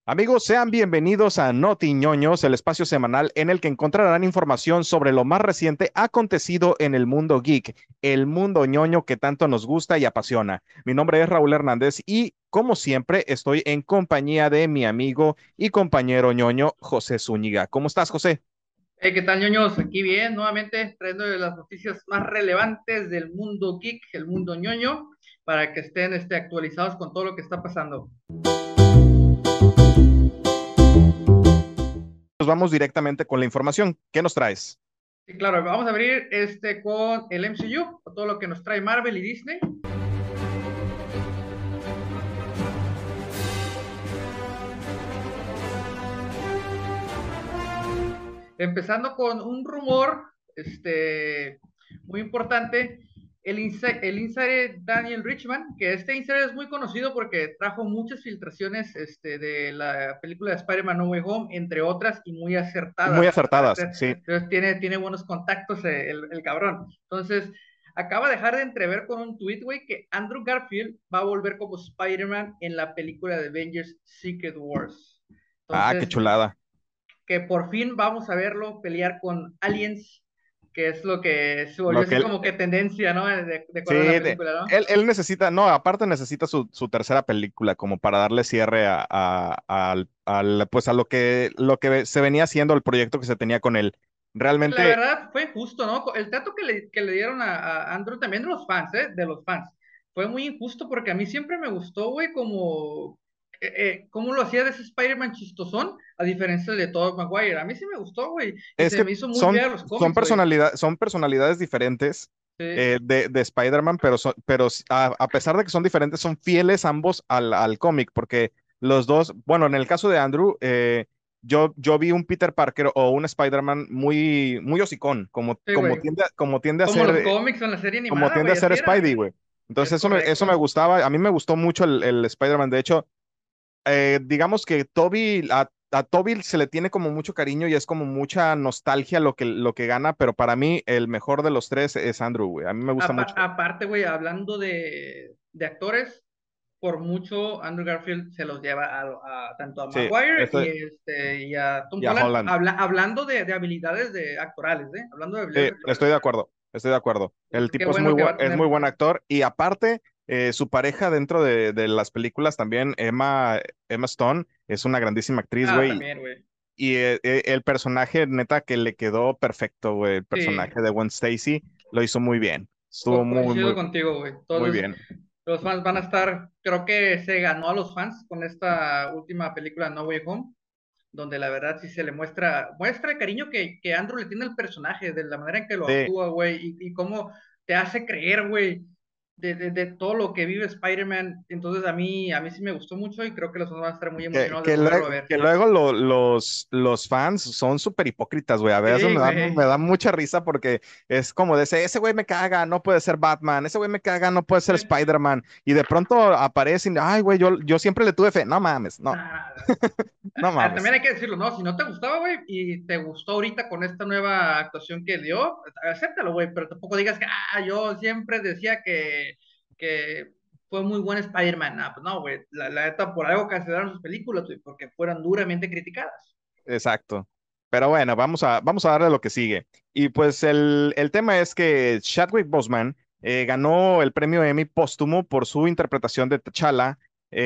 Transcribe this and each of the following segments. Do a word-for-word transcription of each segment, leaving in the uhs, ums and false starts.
Amigos, sean bienvenidos a Noti Ñoños, el espacio semanal en el que encontrarán información sobre lo más reciente acontecido en el mundo geek, el mundo ñoño que tanto nos gusta y apasiona. Mi nombre es Raúl Hernández y, como siempre, estoy en compañía de mi amigo y compañero ñoño, José Zúñiga. ¿Cómo estás, José? Hey, ¿qué tal, ñoños? Aquí bien, nuevamente trayendo las noticias más relevantes del mundo geek, el mundo ñoño, para que estén este, actualizados con todo lo que está pasando. Nos vamos directamente con la información. ¿Qué nos traes? Y claro, vamos a abrir este con el M C U, con todo lo que nos trae Marvel y Disney. Empezando con un rumor este, muy importante, el, insa- el insider Daniel Richman, que este insider es muy conocido porque trajo muchas filtraciones este, de la película de Spider-Man No Way Home, entre otras, y muy Muy acertadas. Al acertadas, parecer, sí. entonces tiene, tiene buenos contactos eh, el, el cabrón. Entonces, acaba de dejar de entrever con un tweet, güey, que Andrew Garfield va a volver como Spider-Man en la película de Avengers Secret Wars. Ah, qué Entonces, chulada. que por fin vamos a verlo pelear con aliens, que es lo que se volvió Lo que así él, como que tendencia, ¿no? De, de sí, acuerdo a la de- película, ¿no? él, él necesita, no, aparte necesita su, su tercera película como para darle cierre a, a- al, al, pues a lo que, lo que se venía haciendo, el proyecto que se tenía con él. Que la Realmente, verdad fue justo, ¿no? El trato que le, que le dieron a, a Andrew, también de los fans, ¿eh? De los fans. Fue muy injusto porque a mí siempre me gustó, güey, como, eh, eh, cómo lo hacía de ese Spider-Man chistosón, a diferencia de Tobey Maguire. A mí sí me gustó, güey, y es se que me hizo muy son, fiel a los son cómics, güey. personalidad, son personalidades diferentes Sí, eh, de, de Spider-Man, pero, son- pero s- a, a pesar de que son diferentes, son fieles ambos al, al cómic, porque los dos, bueno, en el caso de Andrew, eh, yo, yo vi un Peter Parker o un Spider-Man muy, muy hocicón, como, sí, como güey. tiende, a- como tiende a Como los ser, cómics en la serie como animada, tiende a güey, ser así era. Spidey, güey. Entonces Es eso me, eso me correcto. gustaba, a mí me gustó mucho el, el Spider-Man. De hecho, eh, digamos que Toby, a, a Toby se le tiene como mucho cariño y es como mucha nostalgia lo que, lo que gana, pero para mí el mejor de los tres es Andrew, güey. A mí me gusta Apa- mucho. aparte, güey, hablando de, de actores, por mucho Andrew Garfield se los lleva a, a- tanto a Sí, Maguire y, estoy, este, y a Tom y a Holland, Holland. habla- hablando de, de habilidades de actorales, ¿eh? Hablando de Sí, habilidades estoy actorales. de acuerdo, estoy de acuerdo. El Qué tipo es muy, bueno que va bu- a es muy tener. buen actor y aparte, eh, su pareja dentro de, de las películas también, Emma, Emma Stone, es una grandísima actriz, Ah, güey. también, güey. Y eh, eh, el personaje, neta, que le quedó perfecto, güey. El Sí, personaje de Gwen Stacy lo hizo muy bien. Estuvo co- muy, coincido muy, contigo, güey. muy Entonces, bien. los fans van a estar, creo que se ganó a los fans con esta última película No Way Home, donde la verdad sí se le muestra, muestra el cariño que, que Andrew le tiene al personaje, de la manera en que lo Sí, actúa, güey, y, y cómo te hace creer, güey, de, de, de todo lo que vive Spider-Man. Entonces a mí, a mí sí me gustó mucho y creo que los fans van a estar muy que, emocionados de que, volverlo lue- a ver. que luego lo- los, los fans son súper hipócritas, güey. A veces Sí, me da, me güey. da mucha risa porque es como de ese, ese güey me caga, no puede ser Batman, ese güey me caga, no puede ser Spider-Man. Y de pronto aparecen, ay, güey, yo, yo siempre le tuve fe. No mames, no, Nah, no ah, mames. también hay que decirlo, ¿no? Si no te gustaba, güey, y te gustó ahorita con esta nueva actuación que dio, acéptalo, güey, pero tampoco digas que, ah, yo siempre decía que, que fue muy buen Spider-Man. Ah, pues no, güey, la, la neta, por algo cancelaron sus películas, güey, porque fueron duramente criticadas. Exacto. Pero bueno, vamos a, vamos a darle lo que sigue. Y pues el, el tema es que Chadwick Boseman eh, ganó el premio Emmy póstumo por su interpretación de T'Challa,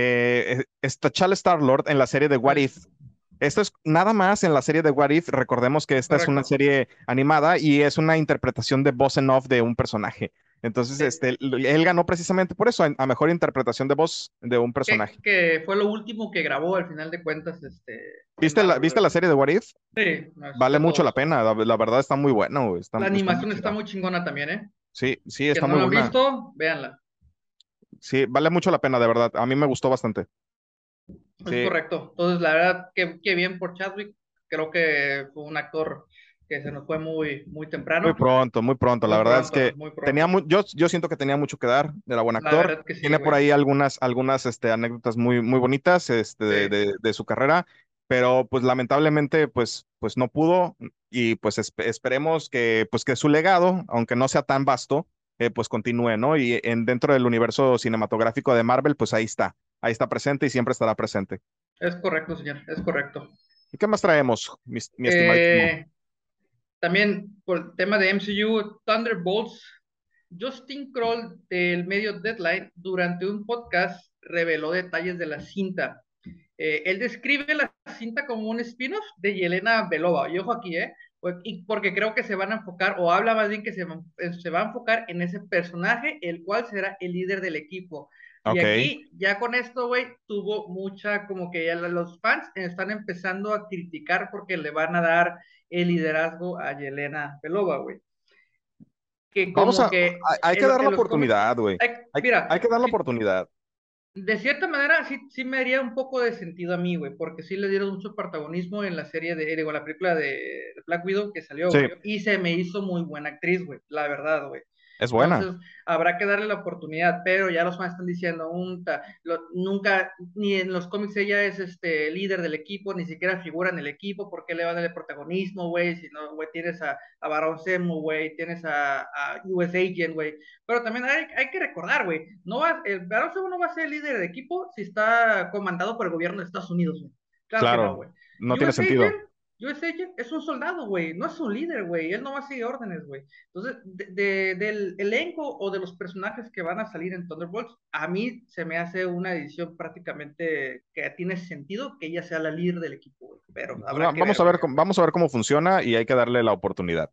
eh, es T'Challa Star-Lord en la serie de What If. Sí, Esto es nada más en la serie de What If. Recordemos que es esta es una correcto. serie animada y es una interpretación de voz en off de un personaje. Entonces, Sí. este, él ganó precisamente por eso, a mejor interpretación de voz de un Que, personaje. que fue lo último que grabó al final de cuentas este, en ¿Viste la, Marvel, viste güey. la serie de What If? Sí, más Vale de mucho la todos. pena, la, la verdad está muy buena, güey, está, La está muy animación está chida. muy chingona también, ¿eh? Sí, sí, Que está no muy la han buena. visto, véanla. Sí, vale mucho la pena, de verdad. A mí me gustó bastante. Es Sí, correcto. Entonces, la verdad, que, que bien por Chadwick. Creo que fue un actor que se nos fue muy, muy muy temprano. pronto, muy pronto. La Muy verdad es pronto, que muy tenía pronto. mu- yo, yo siento que tenía mucho que dar, era buen La actor. verdad que sí, Tiene por güey. ahí algunas, algunas este, anécdotas muy, muy bonitas este, de, Sí. de- de su carrera, pero pues lamentablemente pues, pues no pudo y pues esp- esperemos que, pues, que su legado, aunque no sea tan vasto, eh, pues continúe, ¿no? Y en, dentro del universo cinematográfico de Marvel, pues ahí está, ahí está presente y siempre estará presente. Es correcto, señor, es correcto. ¿Y qué más traemos, mi, mi estimadísimo? Eh, También por el tema de M C U, Thunderbolts, Justin Kroll del medio Deadline durante un podcast reveló detalles de la cinta. Eh, él describe la cinta como un spin-off de Yelena Belova. Y ojo aquí, ¿eh? Pues, y porque creo que se van a enfocar, o habla más bien que se, eh, se va a enfocar en ese personaje, el cual será el líder del equipo. Y Ok. aquí, ya con esto, güey, tuvo mucha, como que ya los fans están empezando a criticar porque le van a dar el liderazgo a Yelena Belova, güey. Que Vamos a, como que hay, hay que en, dar la en los cómics, oportunidad, güey. hay, Hay, hay mira, que dar la sí, oportunidad. de cierta manera, sí, sí me haría un poco de sentido a mí, güey, porque sí le dieron mucho protagonismo en la serie de, digo, la película de Black Widow que salió, Sí, güey, y se me hizo muy buena actriz, güey, la verdad, güey. es buena. Entonces, habrá que darle la oportunidad, pero ya los fans están diciendo, un ta- lo- nunca, ni en los cómics ella es este líder del equipo, ni siquiera figura en el equipo, ¿por qué le van a darle protagonismo, güey? Si no, güey, tienes a, a Baron Zemo, güey, tienes a, a U S Agent, güey, pero también hay, hay que recordar, güey, no va, el Barón Segundo no va a ser el líder de equipo si está comandado por el gobierno de Estados Unidos, güey. Claro que no, Claro, güey. no tiene U S Agent, sentido. U S Agent es un soldado, güey, no es un líder, güey. Él no va a seguir órdenes, güey. Entonces, de, de, del elenco o de los personajes que van a salir en Thunderbolts, a mí se me hace una edición prácticamente que tiene sentido que ella sea la líder del equipo, güey. Pero Pues habrá va- que vamos ver, a güey. ver, cómo- vamos a ver cómo funciona y hay que darle la oportunidad.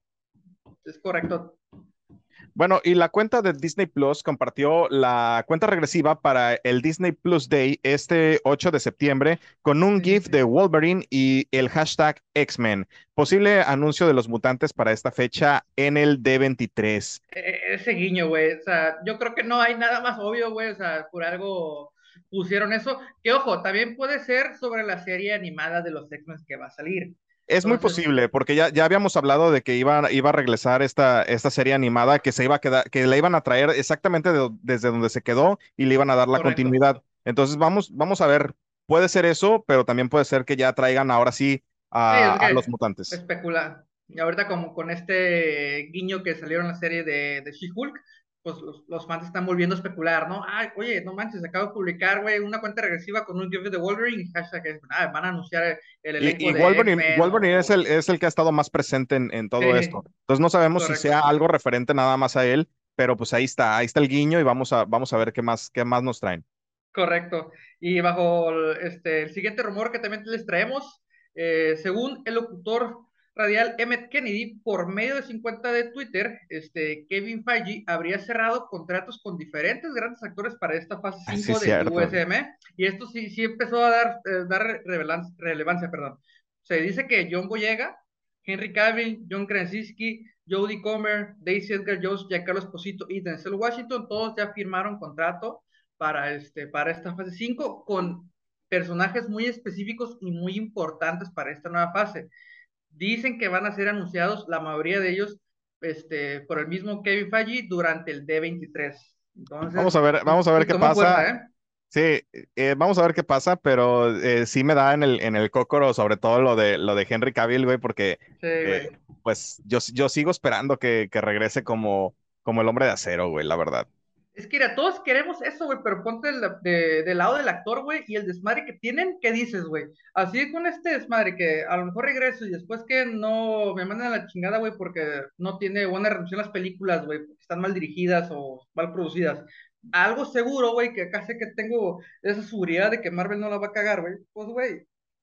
Es correcto. Bueno, y la cuenta de Disney Plus compartió la cuenta regresiva para el Disney Plus Day este ocho de septiembre con un Sí, sí, GIF sí. de Wolverine y el hashtag X-Men. Posible anuncio de los mutantes para esta fecha en el D veintitrés. E- ese guiño, güey. O sea, yo creo que no hay nada más obvio, güey. O sea, por algo pusieron eso. Que ojo, también puede ser sobre la serie animada de los X-Men que va a salir. Es muy Entonces, posible, porque ya, ya habíamos hablado de que iba, iba a regresar esta, esta serie animada, que se iba a quedar, que la iban a traer exactamente de- desde donde se quedó y le iban a dar la correcto. continuidad. Entonces vamos, vamos a ver, puede ser eso, pero también puede ser que ya traigan ahora sí Sí, a, es a los que mutantes. especula. Y ahorita como con este guiño que salieron en la serie de, de She-Hulk, pues los, los fans están volviendo a especular, ¿no? Ay, oye, no manches, acabo de publicar, güey, una cuenta regresiva con un GIF de Wolverine y hashtag, es- ah, van a anunciar el Y, elenco y de Wolverine, X-Men o, Wolverine es o- el, es el que ha estado más presente en, en todo esto. Sí, Entonces no sabemos si sea correcto. algo referente nada más a él, pero pues ahí está, ahí está el guiño y vamos a, vamos a ver qué más, qué más nos traen. Correcto. Y bajo el, este, el siguiente rumor que también les traemos, eh, según el locutor radial Emmett Kennedy, por medio de su cuenta de Twitter, este, Kevin Feige habría cerrado contratos con diferentes grandes actores para esta fase Sí, es cinco del cierto. U S M, y esto sí, sí empezó a dar, eh, dar relevancia, relevancia, perdón. Se dice que John Boyega, Henry Cavill, John Krasinski, Jodie Comer, Daisy Edgar Jones, Giancarlo Esposito y Denzel Washington, todos ya firmaron contrato para, este, para esta fase cinco con personajes muy específicos y muy importantes para esta nueva fase. Dicen que van a ser anunciados, la mayoría de ellos, este, por el mismo Kevin Feige durante el D veintitrés. Vamos Entonces, a ver, vamos a ver sí qué tomó pasa. fuerza, ¿eh? Sí, eh, vamos a ver qué pasa, pero eh, sí me da en el, en el cócoro, sobre todo lo de lo de Henry Cavill, güey, porque Sí, eh, güey. pues yo, yo sigo esperando que, que regrese como, como el hombre de acero, güey, la verdad. Es que mira, todos queremos eso, güey, pero ponte del de, de lado del actor, güey, y el desmadre que tienen, ¿qué dices, güey? Así con este desmadre que a lo mejor regreso y después que no me mandan a la chingada, güey, porque no tiene buena recepción las películas, güey, porque están mal dirigidas o mal producidas. Algo seguro, güey, que acá sé que tengo esa seguridad de que Marvel no la va a cagar, güey. Pues, güey,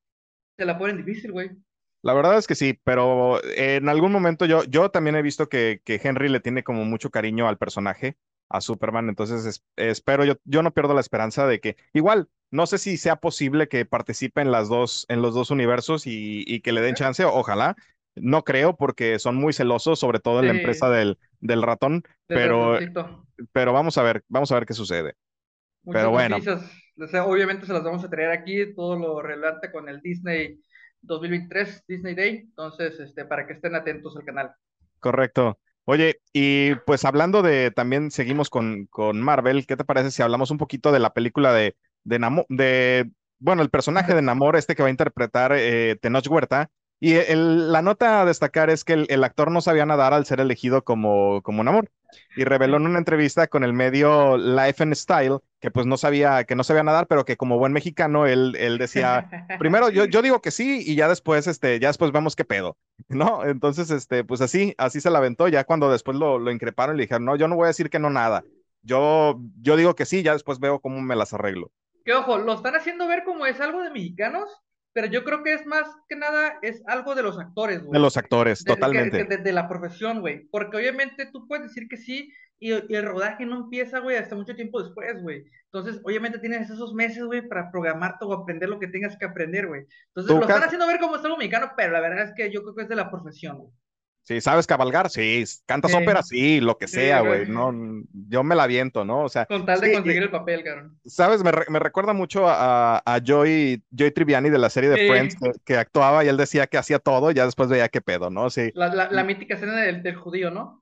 te la ponen difícil, güey. La verdad es que sí, pero en algún momento yo, yo también he visto que, que Henry le tiene como mucho cariño al personaje, a Superman, entonces es- espero, yo, yo no pierdo la esperanza de que igual, no sé si sea posible que participe en las dos, en los dos universos y, y que le den ¿Eh? chance, ojalá, no creo porque son muy celosos, sobre todo en la empresa Sí, del, del ratón, del pero, ratoncito. pero vamos a ver, vamos a ver qué sucede. Pero Muchas bueno, noticias. O sea, obviamente se las vamos a traer aquí, todo lo relevante con el Disney dos mil veintitrés, Disney Day. Entonces, este, para que estén atentos al canal. correcto. Oye, y pues hablando de, también seguimos con, con Marvel, ¿qué te parece si hablamos un poquito de la película de, de, Namo- de bueno, el personaje de Namor, este que va a interpretar eh, Tenoch Huerta? Y el- la nota a destacar es que el, el actor no sabía nadar al ser elegido como, como Namor. y reveló en una entrevista con el medio Life and Style que pues no sabía, que no sabía nadar, pero que como buen mexicano, él, él decía, primero yo, yo digo que sí y ya después, este, ya después vemos qué pedo, ¿no? Entonces, este, pues así, así se la aventó, ya cuando después lo, lo increparon y le dijeron, no, yo no voy a decir que no nada, yo, yo digo que sí, ya después veo cómo me las arreglo. Que ojo, lo están haciendo ver como es algo de mexicanos, pero yo creo que es más que nada es algo de los actores, De güey. los actores, De, que- que totalmente. de, de la profesión, güey. Porque obviamente tú puedes decir que sí y, y el rodaje no empieza, güey, hasta mucho tiempo después, güey. Entonces, obviamente tienes esos meses, güey, para programarte o aprender lo que tengas que aprender, güey. Entonces, ¿Tú, lo están can- haciendo ver como es algo mexicano, pero la verdad es que yo creo que es de la profesión, güey. Sí, ¿sabes cabalgar? Sí. ¿Cantas ópera? Sí, Sí, lo que sí, sea, güey. güey. No, n- yo me la aviento, ¿no? O sea, Con tal de sí, y, conseguir el papel, cabrón. ¿sabes? Me, re- me recuerda mucho a, a Joey, Joey Tribbiani de la serie de Friends Sí, que, que actuaba y él decía que hacía todo y ya después veía qué pedo, ¿no? Sí. la, la, la Y- mítica escena del, del judío, ¿no?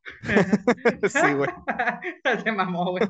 Sí, güey. Se mamó, güey.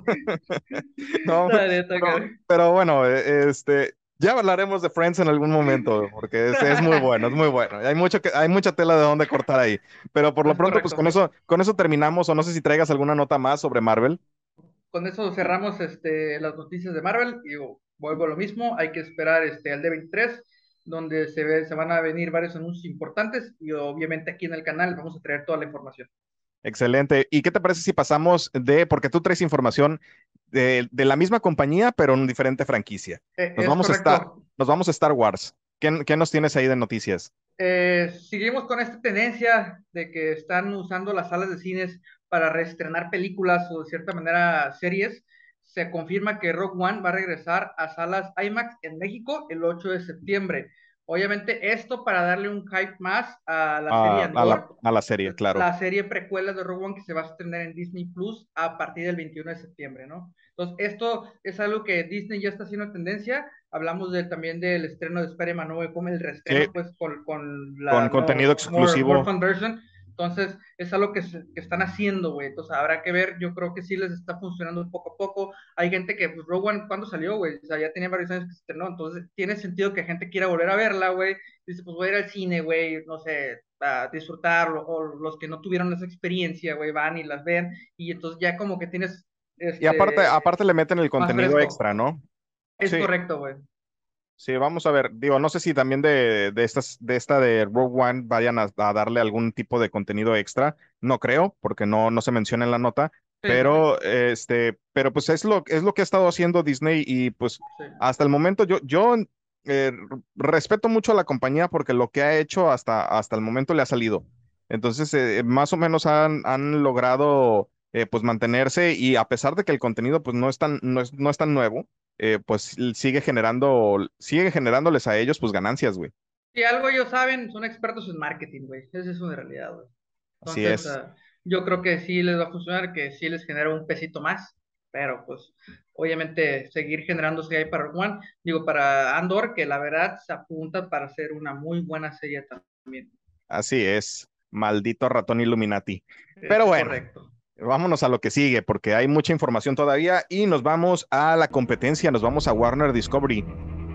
No, La neta, pero, cabrón. pero bueno, eh, este, ya hablaremos de Friends en algún momento, porque es, es muy bueno, es muy bueno. Hay mucho que, hay mucha tela de dónde cortar ahí. Pero por lo Es pronto, pues con correcto. eso, con eso terminamos, o no sé si traigas alguna nota más sobre Marvel. Con eso cerramos este, las noticias de Marvel y oh, vuelvo a lo mismo. Hay que esperar este, al D veintitrés, donde se, ve, se van a venir varios anuncios importantes y obviamente aquí en el canal vamos a traer toda la información. Excelente. ¿Y qué te parece si pasamos de, porque tú traes información de, de la misma compañía, pero en diferente franquicia? Eh, Nos es vamos a Star, correcto. nos vamos a Star Wars. ¿Qué, qué nos tienes ahí de noticias? Eh, seguimos con esta tendencia de que están usando las salas de cines para reestrenar películas o de cierta manera series. Se confirma que Rogue One va a regresar a salas IMAX en México el ocho de septiembre. Obviamente esto para darle un hype más a la serie A, a la, Andor, a la serie, claro. la serie precuela de Rogue One que se va a estrenar en Disney Plus a partir del veintiuno de septiembre, ¿no? Entonces, esto es algo que Disney ya está haciendo tendencia. Hablamos de, también del estreno de Spider-Man No Way Home, el Sí, reestreno, pues, con, con con la contenido no, more, more exclusivo. Fun Version. Entonces, es algo que, se, que están haciendo, güey. Entonces, habrá que ver. Yo creo que sí les está funcionando poco a poco. Hay gente que, pues, Rogue One, ¿cuándo salió, güey? O sea, ya tenía varios años que se estrenó. Entonces, tiene sentido que gente quiera volver a verla, güey. Dice, pues, voy a ir al cine, güey, no sé, a disfrutarlo. O los que no tuvieron esa experiencia, güey, van y las ven. Y entonces, ya como que tienes, Y aparte, este, aparte le meten el más contenido fresco. extra, ¿no? Es Sí, correcto, güey. sí, vamos a ver. Digo, no sé si también de, de estas, de esta de Rogue One vayan a, a darle algún tipo de contenido extra. No creo, porque no, no se menciona en la nota. Sí, sí, sí. Pero, este, pero pues es lo, es lo que ha estado haciendo Disney y pues Sí. hasta el momento yo, yo eh, respeto mucho a la compañía porque lo que ha hecho hasta, hasta el momento le ha salido. Entonces, eh, más o menos han, han logrado eh, pues mantenerse y a pesar de que el contenido pues no es tan, no es, no es tan nuevo eh, pues sigue generando, sigue generándoles a ellos pues ganancias, güey. Si algo ellos saben, son expertos en marketing, güey. Esa es una realidad, güey. Así Entonces, es. uh, yo creo que sí les va a funcionar, que sí les genera un pesito más, pero pues obviamente seguir generándose ahí para One, digo, para Andor, que la verdad se apunta para ser una muy buena serie también. Así es. Maldito ratón Illuminati. Pero Es bueno, correcto. vámonos a lo que sigue porque hay mucha información todavía y nos vamos a la competencia, nos vamos a Warner Discovery.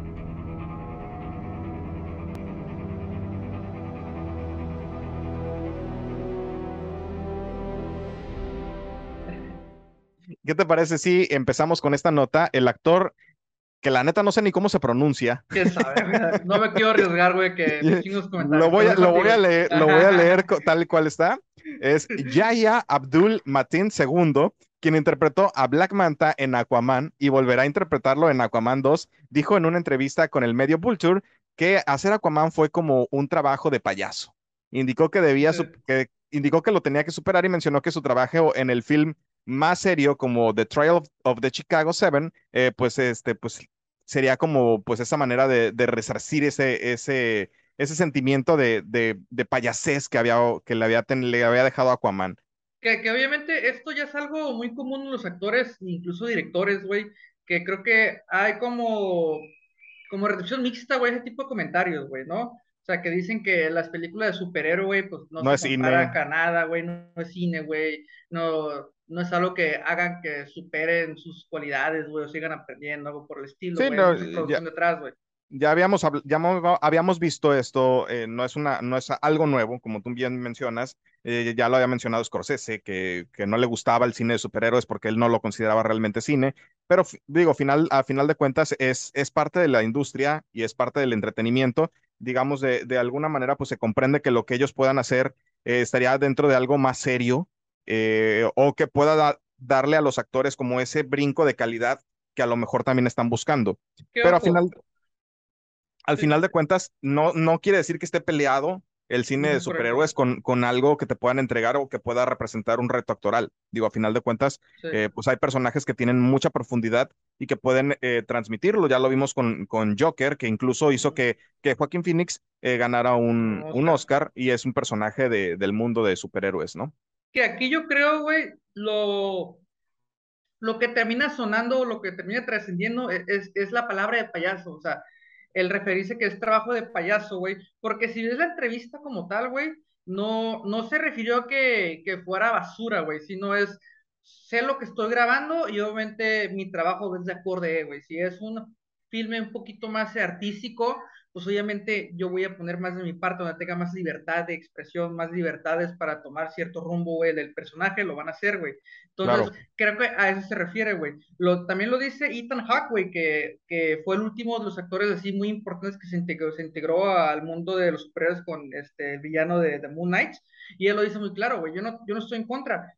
¿Qué te parece si empezamos con esta nota? El actor, que la neta no sé ni cómo se pronuncia. ¿Quién sabe? Güey? No me quiero arriesgar, güey, que me chingos Lo comentarios, te voy lo a, dejo a lo ti, voy a güey. leer, lo voy a leer co- tal y cual está. Es Yahya Abdul Mateen segundo, quien interpretó a Black Manta en Aquaman y volverá a interpretarlo en Aquaman dos, dijo en una entrevista con el medio Vulture que hacer Aquaman fue como un trabajo de payaso. Indicó que debía Sí. su- que, indicó que lo tenía que superar y mencionó que su trabajo en el film más serio como The Trial of, of the Chicago Seven, eh, pues este, pues sería como pues esa manera de, de resarcir ese, ese ese sentimiento de, de, de payasés que, había, que le, había ten- le había dejado Aquaman. Que, que obviamente esto ya es algo muy común en los actores, incluso directores, güey, que creo que hay como, como recepción mixta, güey, ese tipo de comentarios, güey, ¿no? O sea, que dicen que las películas de superhéroe, güey, pues no No se es compara cine. a nada, güey, no, no es cine, güey, no, no es algo que hagan que superen sus cualidades, güey, o sigan aprendiendo, algo por el estilo, Sí, güey, hay no, mucha ya, producción detrás, güey. Ya habíamos, habl- ya mo- habíamos visto esto, eh, no es una, no es algo nuevo, como tú bien mencionas, eh, ya lo había mencionado Scorsese, que, que no le gustaba el cine de superhéroes porque él no lo consideraba realmente cine, pero fi- digo, final, a final de cuentas es, es parte de la industria y es parte del entretenimiento, digamos, de, de alguna manera pues se comprende que lo que ellos puedan hacer eh, estaría dentro de algo más serio eh, o que pueda da- darle a los actores como ese brinco de calidad que a lo mejor también están buscando. Que Pero a final, ojo, al sí, final de cuentas, no, no quiere decir que esté peleado el cine de ujú, correcto, superhéroes con, con algo que te puedan entregar o que pueda representar un reto actoral. Digo, a final de cuentas, sí, eh, pues hay personajes que tienen mucha profundidad y que pueden eh, transmitirlo. Ya lo vimos con, con Joker, que incluso hizo ujú, que, que Joaquín Phoenix eh, ganara un un, un Oscar. Oscar y es un personaje de- del mundo de superhéroes, ¿no? Que aquí yo creo, güey, lo, lo que termina sonando, lo que termina trascendiendo es, es, es la palabra de payaso, o sea, el referirse que es trabajo de payaso, güey, porque si ves la entrevista como tal, güey, no, no se refirió a que, que fuera basura, güey, sino es, sé lo que estoy grabando y obviamente mi trabajo es de acorde, güey, si es un filme un poquito más artístico, pues obviamente yo voy a poner más de mi parte, donde tenga más libertad de expresión, más libertades para tomar cierto rumbo, güey, del personaje, lo van a hacer, güey. Entonces, Claro, creo que a eso se refiere, güey. Lo, también lo dice Ethan Hawke, güey, que, que fue el último de los actores así muy importantes que se integró, se integró al mundo de los superhéroes con este el villano de, de Moon Knight. Y él lo dice muy claro, güey. Yo no, yo no estoy en contra.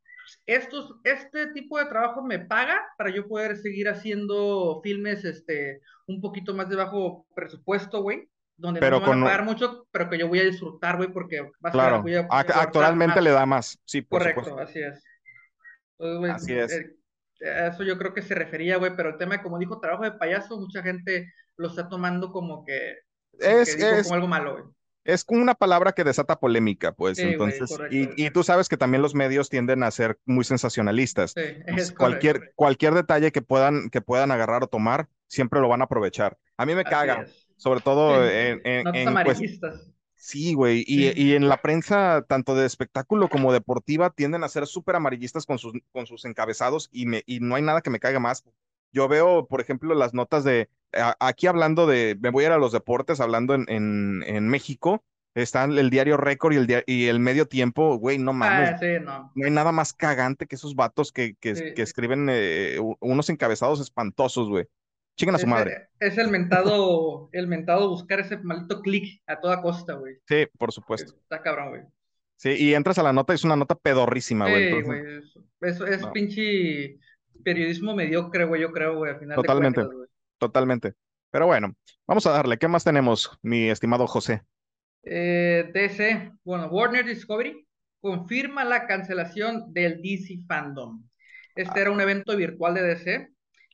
Estos, este tipo de trabajo me paga para yo poder seguir haciendo filmes este, un poquito más de bajo presupuesto, güey, donde no me pero van a pagar con, mucho, pero que yo voy a disfrutar, güey, porque va a ser, claro, voy a ac- aportar actualmente más. le da más, sí, por Correcto, supuesto. así es. Entonces, Así güey, es. eh, a eso yo creo que se refería, güey, pero el tema, de, como dijo, trabajo de payaso, mucha gente lo está tomando como que, como que Es, dijo como es, algo malo, güey. Es como una palabra que desata polémica, pues Sí, güey, entonces, correcto, y, güey. y tú sabes que también los medios tienden a ser muy sensacionalistas. Sí, Entonces, es correcto. cualquier, cualquier detalle que puedan, que puedan agarrar o tomar, siempre lo van a aprovechar. A mí me Así caga, es. sobre Sí, todo en, en, notas en cues- amarillistas. sí, güey, y, Sí. y en la prensa, tanto de espectáculo como deportiva, tienden a ser súper amarillistas con sus, con sus encabezados y, me, y no hay nada que me caiga más. Yo veo, por ejemplo, las notas de, a- aquí hablando de, me voy a ir a los deportes, hablando en, en, en México, están el diario Récord y el, dia- y el Medio Tiempo, güey, no mames, Ah, sí, no. no hay nada más cagante que esos vatos que, que, que Sí. escriben eh, u- unos encabezados espantosos, güey. Chiquen a su madre. Ese es el mentado, el mentado buscar ese maldito clic a toda costa, güey. Sí, por supuesto. Está cabrón, güey. Sí, y entras a la nota y es una nota pedorrísima, güey. Sí, Entonces, güey. Eso, eso es no. pinche periodismo mediocre, güey, yo creo, güey, al final de Totalmente, cuentas, güey. totalmente. Pero bueno, vamos a darle. ¿Qué más tenemos, mi estimado José? Eh, D C, bueno, Warner Discovery confirma la cancelación del D C Fandom. Este era un evento virtual de D C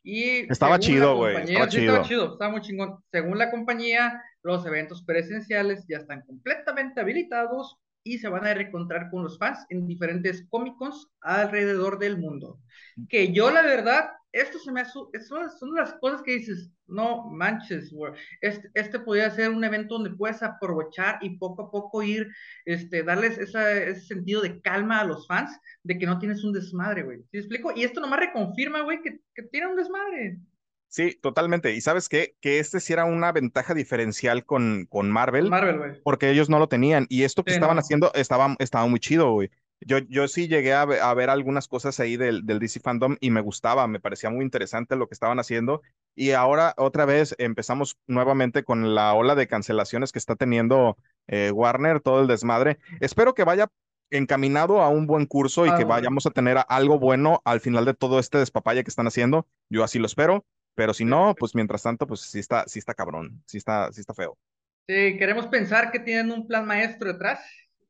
y Estaba según la chido, güey, estaba compañía, sí estaba chido. chido, estaba muy chingón. Según la compañía, los eventos presenciales ya están completamente habilitados y se van a reencontrar con los fans en diferentes Comic Cons alrededor del mundo. Que yo, la verdad, esto se me hace, son, son las cosas que dices, no manches, güey, este, este podría ser un evento donde puedes aprovechar y poco a poco ir, este, darles esa, ese sentido de calma a los fans, de que no tienes un desmadre, güey. ¿Sí explico? Y esto nomás reconfirma, güey, que, que tiene un desmadre. Sí, totalmente. ¿Y sabes qué? Que este sí era una ventaja diferencial con, con Con Marvel, Marvel, güey. porque ellos no lo tenían. Y esto que Sí, estaban no. haciendo estaba, estaba muy chido, güey. Yo, yo sí llegué a, ve- a ver algunas cosas ahí del, del D C Fandom y me gustaba, me parecía muy interesante lo que estaban haciendo. Y ahora otra vez empezamos nuevamente con la ola de cancelaciones que está teniendo eh, Warner, todo el desmadre. Espero que vaya encaminado a un buen curso y que Ah, güey. vayamos a tener algo bueno al final de todo este despapalle que están haciendo. Yo así lo espero. Pero si Sí. no, pues mientras tanto, pues sí está, sí está cabrón, sí está, sí está feo. Sí, queremos pensar que tienen un plan maestro detrás,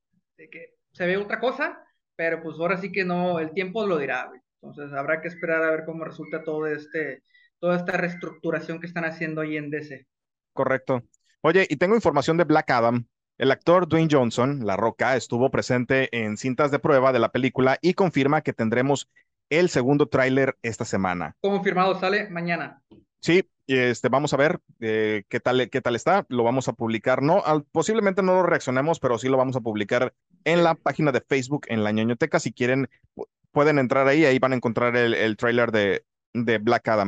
de que se ve otra cosa, pero pues ahora sí que no, el tiempo lo dirá, güey. Entonces habrá que esperar a ver cómo resulta todo este, toda esta reestructuración que están haciendo ahí en D C. Correcto. Oye, y tengo información de Black Adam. El actor Dwayne Johnson, La Roca, estuvo presente en cintas de prueba de la película y confirma que tendremos el segundo tráiler esta semana. Confirmado, sale mañana. Sí, y este, vamos a ver eh, qué tal, qué tal está. Lo vamos a publicar. No, al- posiblemente no lo reaccionemos, pero sí lo vamos a publicar Sí. en la página de Facebook, en la ñoñoteca. Si quieren, pu- pueden entrar ahí. Ahí van a encontrar el, el tráiler de, de Black Adam.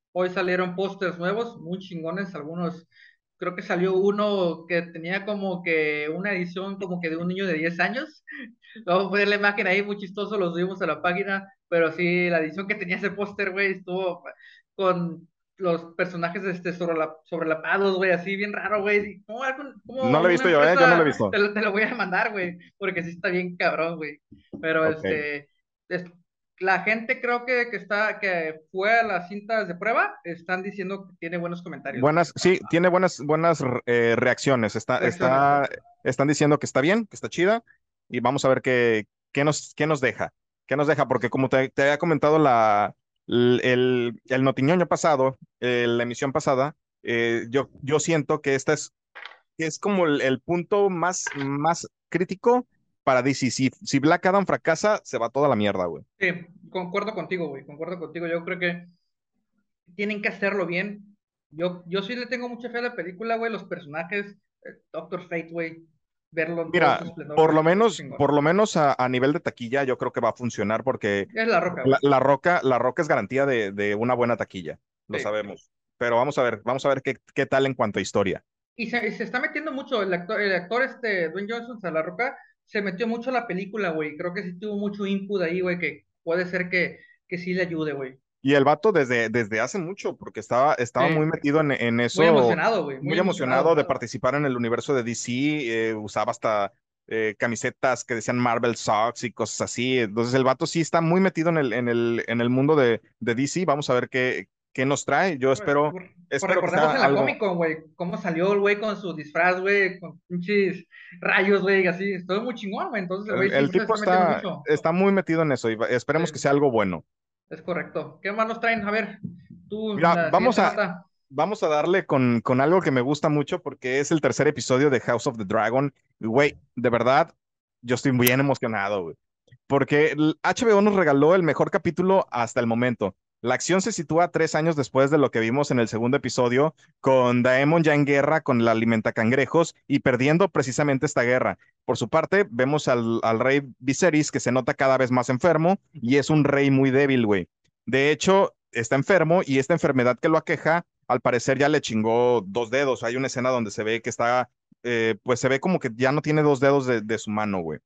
Hoy salieron pósters nuevos, muy chingones, algunos, creo que salió uno que tenía como que una edición como que de un niño de diez años. Vamos a poner la imagen ahí, muy chistoso, lo subimos a la página, pero sí, la edición que tenía ese póster, güey, estuvo con los personajes este, sobre la, sobrelapados, güey, así bien raro, güey. ¿Cómo, algún- No cómo lo he una visto yo, ¿eh? Yo no lo he empresa te, visto. lo te lo voy a mandar, güey? Porque sí está bien cabrón, güey. Pero Ok. este, es- la gente creo que, que está, que fue a las cintas de prueba, están diciendo que tiene buenos comentarios, güey. Buenas, sí, tiene buenas, buenas eh, reacciones. Está, Reacciones. está, están diciendo que está bien, que está chida, y vamos a ver qué, qué nos, qué nos deja. ¿Qué nos deja? Porque como te, te había comentado la, el, el, el notiñoño pasado, eh, la emisión pasada, eh, yo, yo siento que esta es, que es como el, el punto más, más crítico para D C. Si, si Black Adam fracasa, se va toda la mierda, güey. Sí, concuerdo contigo, güey, concuerdo contigo. Yo creo que tienen que hacerlo bien. Yo, yo sí le tengo mucha fe a la película, güey, los personajes, eh, Doctor Fate, güey, verlo en todo Mira, su esplendor, por güey, lo está menos, chingón. por lo menos a, a nivel de taquilla, yo creo que va a funcionar porque Es La Roca, la, güey. la Roca, la Roca es garantía de, de una buena taquilla, lo Sí. sabemos. Pero vamos a ver, vamos a ver qué, qué tal en cuanto a historia. Y se, y se está metiendo mucho, el actor, el actor este, Dwayne Johnson, o sea, La Roca, se metió mucho a la película, güey. Creo que sí tuvo mucho input ahí, güey, que puede ser que, que sí le ayude, güey. Y el vato desde, desde hace mucho, porque estaba, Sí. estaba muy metido en, en Muy eso, emocionado, güey, muy muy emocionado emocionado. de participar en el universo de D C, eh, usaba hasta eh, camisetas que decían Marvel Sox y cosas así. Entonces el vato sí está muy metido en el, en el, en el mundo de, de D C. Vamos a ver qué, qué nos trae. Yo Pues, espero, pues, pues espero que sea recordemos en la algo. Comic Con, güey, cómo salió el güey con su disfraz, güey, con pinches rayos, güey, así. Estuvo muy chingón, güey. Entonces el El, güey el siempre se tipo está metiendo está, mucho. está muy metido en eso y va- Sí, esperemos que sea algo bueno. es correcto. ¿Qué más nos traen? A ver, tú, Mira, la vamos siguiente a, nota. vamos a darle con, con algo que me gusta mucho porque es el tercer episodio de House of the Dragon. Y, güey, de verdad, yo estoy bien emocionado, güey. Porque el H B O nos regaló el mejor capítulo hasta el momento. La acción se sitúa tres años después de lo que vimos en el segundo episodio, con Daemon ya en guerra con la alimentacangrejos y perdiendo precisamente esta guerra. Por su parte, vemos al, al rey Viserys que se nota cada vez más enfermo y es un rey muy débil, güey. De hecho, está enfermo y esta enfermedad que lo aqueja, al parecer ya le chingó dos dedos. Hay una escena donde se ve que está, eh, pues se ve como que ya no tiene dos dedos de, de su mano, güey.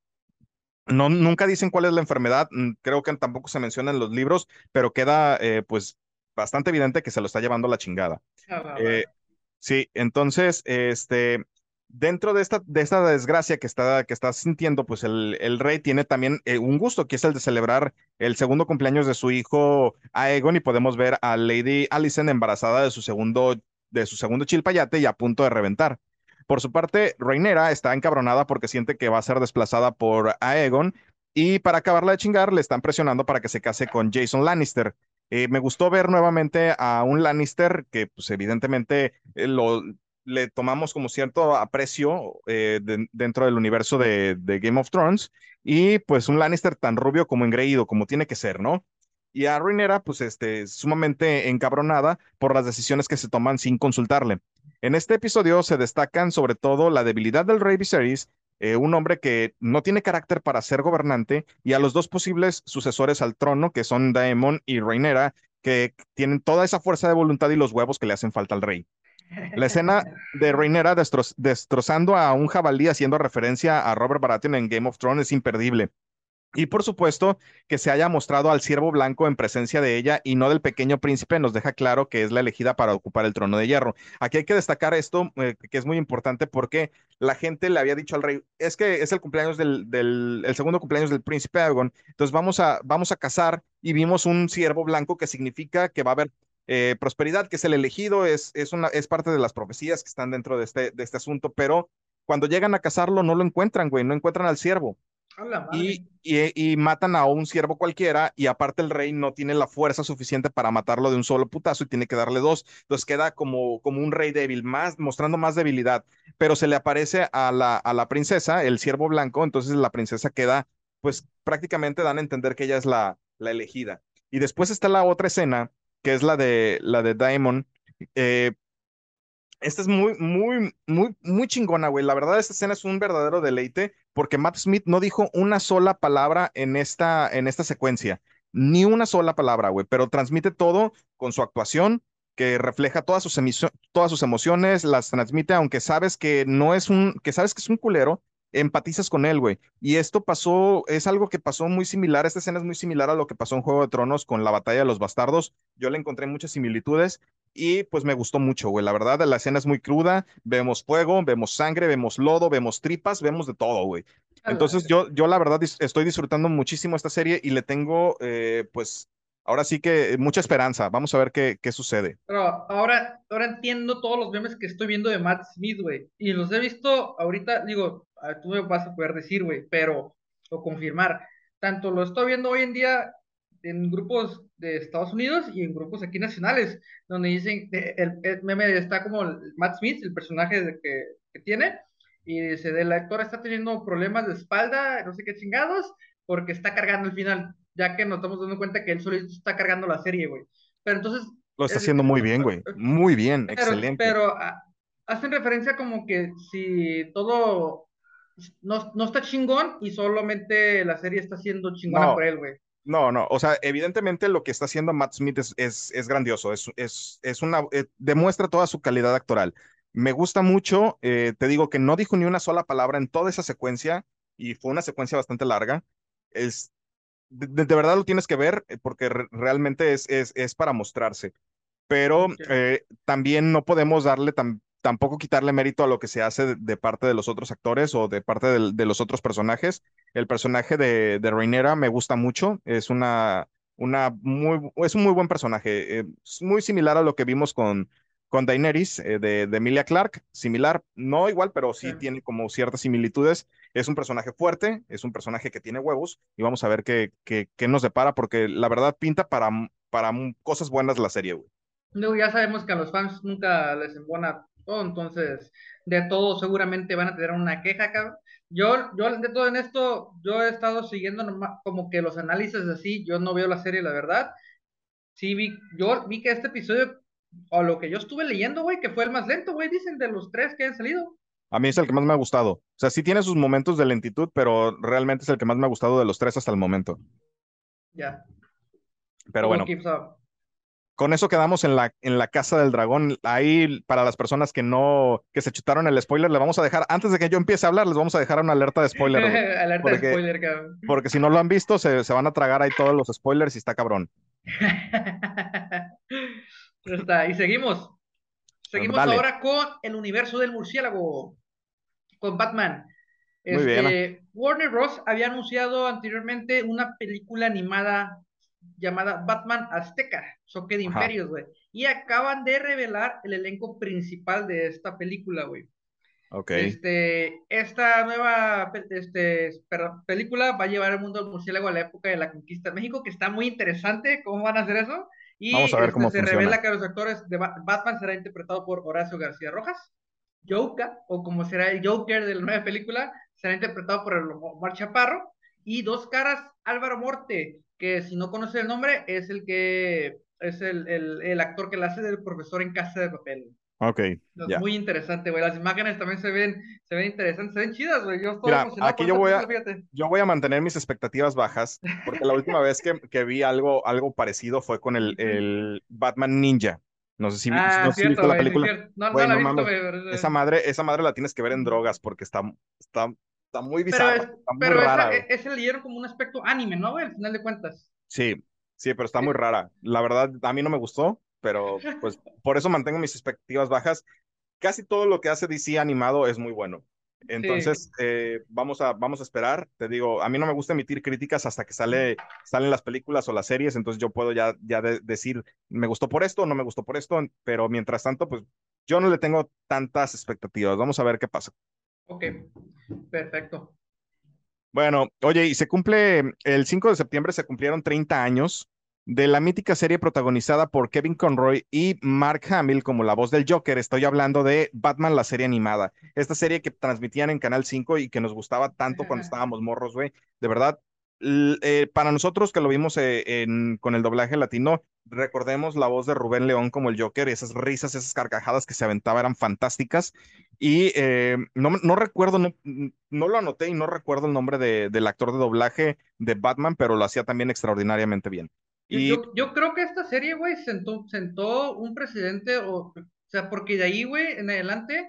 No, nunca dicen cuál es la enfermedad, mm, creo que tampoco se menciona en los libros, pero queda eh, pues bastante evidente que se lo está llevando la chingada. A ver, a Eh, ver. sí, entonces, este, dentro de esta, de esta desgracia que está, que está sintiendo, pues el, el rey tiene también eh, un gusto, que es el de celebrar el segundo cumpleaños de su hijo Aegon, y podemos ver a Lady Alicent embarazada de su segundo, de su segundo chilpayate y a punto de reventar. Por su parte, Rhaenyra está encabronada porque siente que va a ser desplazada por Aegon, y para acabarla de chingar, le están presionando para que se case con Jason Lannister. Eh, me gustó ver nuevamente a un Lannister que, pues, evidentemente eh, lo, le tomamos como cierto aprecio eh, de- dentro del universo de, de Game of Thrones, y pues un Lannister tan rubio como engreído, como tiene que ser, ¿no? Y a Rhaenyra, pues, este, sumamente encabronada por las decisiones que se toman sin consultarle. En este episodio se destacan sobre todo la debilidad del rey Viserys, eh, un hombre que no tiene carácter para ser gobernante, y a los dos posibles sucesores al trono, que son Daemon y Rhaenyra, que tienen toda esa fuerza de voluntad y los huevos que le hacen falta al rey. La escena de Rhaenyra destro- destrozando a un jabalí haciendo referencia a Robert Baratheon en Game of Thrones es imperdible. Y por supuesto, que se haya mostrado al ciervo blanco en presencia de ella y no del pequeño príncipe nos deja claro que es la elegida para ocupar el trono de hierro. Aquí hay que destacar esto, eh, que es muy importante porque la gente le había dicho al rey, es que es el cumpleaños del, del el segundo cumpleaños del príncipe Aegon, entonces vamos a, vamos a cazar, y vimos un ciervo blanco que significa que va a haber eh, prosperidad, que es el elegido, es, es, una, es parte de las profecías que están dentro de este, de este asunto, pero cuando llegan a cazarlo no lo encuentran, güey, no encuentran al ciervo. A la madre. Y, y, y matan a un siervo cualquiera, y aparte el rey no tiene la fuerza suficiente para matarlo de un solo putazo y tiene que darle dos. Entonces queda como, como un rey débil, más, mostrando más debilidad. Pero se le aparece a la, a la princesa, el siervo blanco, entonces la princesa queda, pues prácticamente dan a entender que ella es la, la elegida. Y después está la otra escena, que es la de, la de Daemon. Eh, esta es muy, muy, muy, muy chingona, güey. La verdad, esta escena es un verdadero deleite porque Matt Smith no dijo una sola palabra en esta, en esta secuencia. Ni una sola palabra, güey, pero transmite todo con su actuación, que refleja todas sus, emiso- todas sus emociones, las transmite, aunque sabes que no es un, que sabes que es un culero, empatizas con él, güey. Y esto pasó, es algo que pasó muy similar, esta escena es muy similar a lo que pasó en Juego de Tronos con la batalla de los bastardos. Yo le encontré muchas similitudes y pues me gustó mucho, güey. La verdad, la escena es muy cruda, vemos fuego, vemos sangre, vemos lodo, vemos tripas, vemos de todo, güey. A la Entonces verga. yo, yo la verdad dis- estoy disfrutando muchísimo esta serie y le tengo, eh, pues, ahora sí que mucha esperanza. Vamos a ver qué, qué sucede. Pero ahora, ahora entiendo todos los memes que estoy viendo de Matt Smith, güey. Y los he visto ahorita, digo, a- tú me vas a poder decir, güey, pero, o confirmar. Tanto lo estoy viendo hoy en día en grupos de Estados Unidos y en grupos aquí nacionales, donde dicen, que el, el meme está como el Matt Smith, el personaje de que, que tiene, y dice, el actor está teniendo problemas de espalda, no sé qué chingados, porque está cargando el final, ya que nos estamos dando cuenta que él solito está cargando la serie, güey. Pero entonces, Lo está es- haciendo muy bien, güey. Muy bien, pero, excelente. pero ah, hacen referencia como que si todo no, no está chingón y solamente la serie está siendo chingona por No, él, güey. no, no. O sea, evidentemente lo que está haciendo Matt Smith es, es, es grandioso. Es, es, es una, eh, demuestra toda su calidad actoral. Me gusta mucho. Eh, te digo que no dijo ni una sola palabra en toda esa secuencia y fue una secuencia bastante larga. Es, de, de- de verdad lo tienes que ver eh, porque re- realmente es, es, es para mostrarse. Pero Ok. eh, también no podemos darle tam- tampoco quitarle mérito a lo que se hace de, de parte de los otros actores o de parte del- de, los otros personajes. El personaje de, de Rhaenyra me gusta mucho, es una, una muy, es un muy buen personaje, eh, es muy similar a lo que vimos con, con Daenerys eh, de, de Emilia Clarke, similar, no igual, pero Sí. sí tiene como ciertas similitudes. Es un personaje fuerte, es un personaje que tiene huevos y vamos a ver qué, qué, qué nos depara porque la verdad pinta para, para cosas buenas la serie, güey. Luego ya sabemos que a los fans nunca les embona todo, entonces de todo seguramente van a tener una queja, cabrón. Yo, yo de todo en esto, yo he estado siguiendo nomás como que los análisis así, yo no veo la serie, la verdad. Sí, vi, yo vi que este episodio, o lo que yo estuve leyendo, güey, que fue el más lento, güey, dicen de los tres que han salido. A mí es el que más me ha gustado. O sea, sí tiene sus momentos de lentitud, pero realmente es el que más me ha gustado de los tres hasta el momento. Ya, Pero todo bueno, keeps up. con eso quedamos en la, en la Casa del Dragón. Ahí, para las personas que no, que se chutaron el spoiler, le vamos a dejar, antes de que yo empiece a hablar, les vamos a dejar una alerta de spoiler, güey. Alerta de Porque, spoiler, cabrón. porque si no lo han visto, se, se van a tragar ahí todos los spoilers y está cabrón. Ya está, y seguimos. Seguimos Dale, ahora con el universo del murciélago, con Batman. muy bien. Este, Warner Bros. Había anunciado anteriormente una película animada llamada Batman Azteca, Choque de Ajá, Imperios, güey. Y acaban de revelar el elenco principal de esta película, güey. ok. Este, esta nueva pe- este, perdón, película va a llevar el mundo del murciélago a la época de la conquista de México, que está muy interesante cómo van a hacer eso. Y Vamos a ver este, cómo se funciona. revela que los actores de Ba- Batman será interpretado por Horacio García Rojas, Joker, o como será el Joker de la nueva película, será interpretado por el Omar Chaparro, y Dos Caras Álvaro Morte, que si no conoce el nombre, es el que es el, el, el actor que la hace del profesor en Casa de Papel. Ok, Es ya. muy interesante, güey. Las imágenes también se ven, se ven interesantes, se ven chidas, güey. Yo estoy Mira, emocionado aquí por yo esta voy película, a, fíjate. yo voy a mantener mis expectativas bajas, porque la última vez que, que vi algo, algo parecido fue con el, el Batman Ninja. No sé si, vi- no Ah, sé si viste cierto, la güey, sí, película. cierto. No, no Güey, la no he visto, mames. güey. Pero, Esa madre, esa madre la tienes que ver en drogas porque está, está, está muy pero, bizarra, es, está muy pero esa, rara, güey. e- ese le dieron como un aspecto anime, ¿no, güey? Al final de cuentas. Sí, sí, pero está muy Eh, rara. La verdad, a mí no me gustó, pero pues por eso mantengo mis expectativas bajas. Casi todo lo que hace D C animado es muy bueno. sí, Entonces, eh, vamos a, vamos a esperar. Te digo, a mí no me gusta emitir críticas hasta que sale, salen las películas o las series, entonces yo puedo ya, ya de- decir, me gustó por esto, no me gustó por esto, pero mientras tanto, pues yo no le tengo tantas expectativas. Vamos a ver qué pasa. ok, perfecto. Bueno, oye, y se cumple, el cinco de septiembre se cumplieron treinta años de la mítica serie protagonizada por Kevin Conroy y Mark Hamill como la voz del Joker. Estoy hablando de Batman, la serie animada. Esta serie que transmitían en Canal cinco y que nos gustaba tanto cuando estábamos morros, güey. De verdad, l- eh, para nosotros que lo vimos eh, en- con el doblaje latino, recordemos la voz de Rubén León como el Joker, esas risas, esas carcajadas que se aventaba eran fantásticas. Y eh, no, me- no recuerdo, no, no lo anoté y no recuerdo el nombre de, del actor de doblaje de Batman, pero lo hacía también extraordinariamente bien. Yo, Y yo, yo creo que esta serie, güey, sentó, sentó un precedente, o, o sea, porque de ahí, güey, en adelante,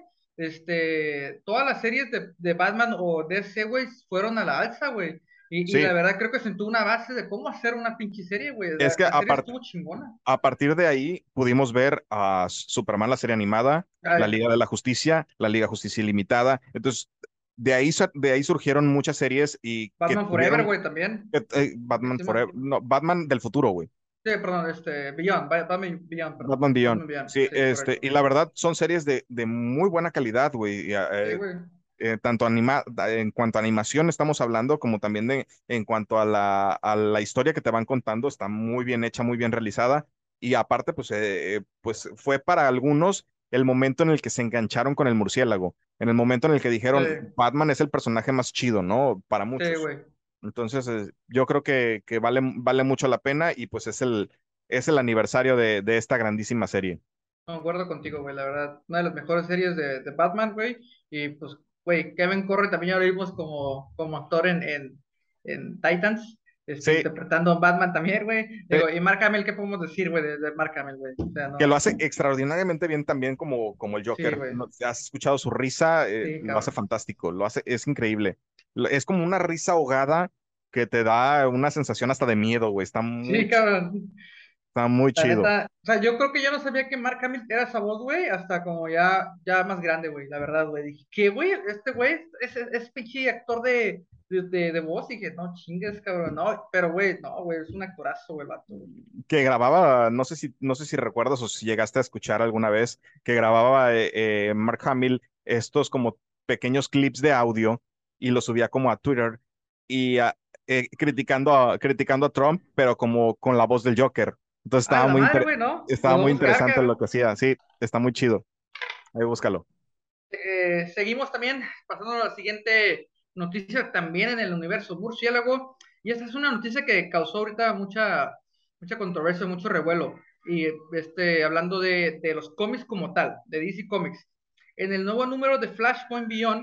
este, todas las series de, de Batman o D C, güey, fueron a la alza, güey. Y, y la sí, verdad creo que sentó una base de cómo hacer una pinche serie, güey. es La, que la a, serie par- estuvo chingona. a partir de ahí pudimos ver a Superman, la serie animada, la Ay, Liga de la Justicia, la Liga Justicia Ilimitada. Entonces, de ahí, sa- de ahí surgieron muchas series y que Batman Forever, tuvieron güey, también. que- eh, Que Batman sí, me- Forever, no, Batman del futuro, güey. sí, perdón, este, Beyond, Ba- Batman Beyond, perdón. Batman Beyond. Batman Beyond, Sí, sí, este, correcto. y la verdad son series de, de muy buena calidad, güey. Y, Sí, eh, güey. eh, tanto anima, en cuanto a animación estamos hablando, como también de, en cuanto a la, a la historia que te van contando, está muy bien hecha, muy bien realizada. Y aparte, pues, eh, eh, pues fue para algunos el momento en el que se engancharon con el murciélago, en el momento en el que Sí, dijeron, Batman es el personaje más chido, ¿no? Para sí, muchos. güey. Entonces, eh, yo creo que, que vale, vale mucho la pena y pues es el, es el aniversario de, de esta grandísima serie. Concuerdo contigo, güey, la verdad. Una de las mejores series de, de Batman, güey. Y pues, güey, Kevin Corre también ya lo vimos como, como actor en, en, en Titans, este, Sí, interpretando a Batman también, güey. sí, Digo, y Mark Hamill, ¿qué podemos decir, güey, de, de Mark Hamill, güey? O sea, que lo no. hace extraordinariamente bien también como, como el Sí, Joker. güey. ¿No? ¿Has escuchado su risa? Eh, Sí, lo hace cabrón. fantástico, lo hace, es increíble. Lo- Es como una risa ahogada que te da una sensación hasta de miedo, güey. Está muy, Sí, ch- cabrón. está muy La chido. neta, o sea, yo creo que yo no sabía que Mark Hamill era esa voz, güey, hasta como ya, ya más grande, güey, la verdad, güey. Dije, ¿qué, güey? Este güey es, es, es pinche actor de, de, de, de voz. Y dije, no chingues, cabrón, no, pero, güey, no, güey, es un actorazo, güey, el vato, güey. Que grababa, no sé si, no sé si recuerdas o si llegaste a escuchar alguna vez, que grababa eh, eh, Mark Hamill estos como pequeños clips de audio y los subía como a Twitter y ah, eh, criticando a, criticando a Trump, pero como con la voz del Joker. Entonces Ah, estaba la muy, madre, inter- güey, ¿no? Lo estaba voy a muy buscar, interesante lo cabrón. que hacía. Sí, está muy chido. Ahí búscalo. Eh, seguimos también pasando a la siguiente noticia también en el universo murciélago. Y esta es una noticia que causó ahorita mucha, mucha controversia, mucho revuelo. Y este, hablando de, de los cómics como tal, de D C Comics. En el nuevo número de Flashpoint Beyond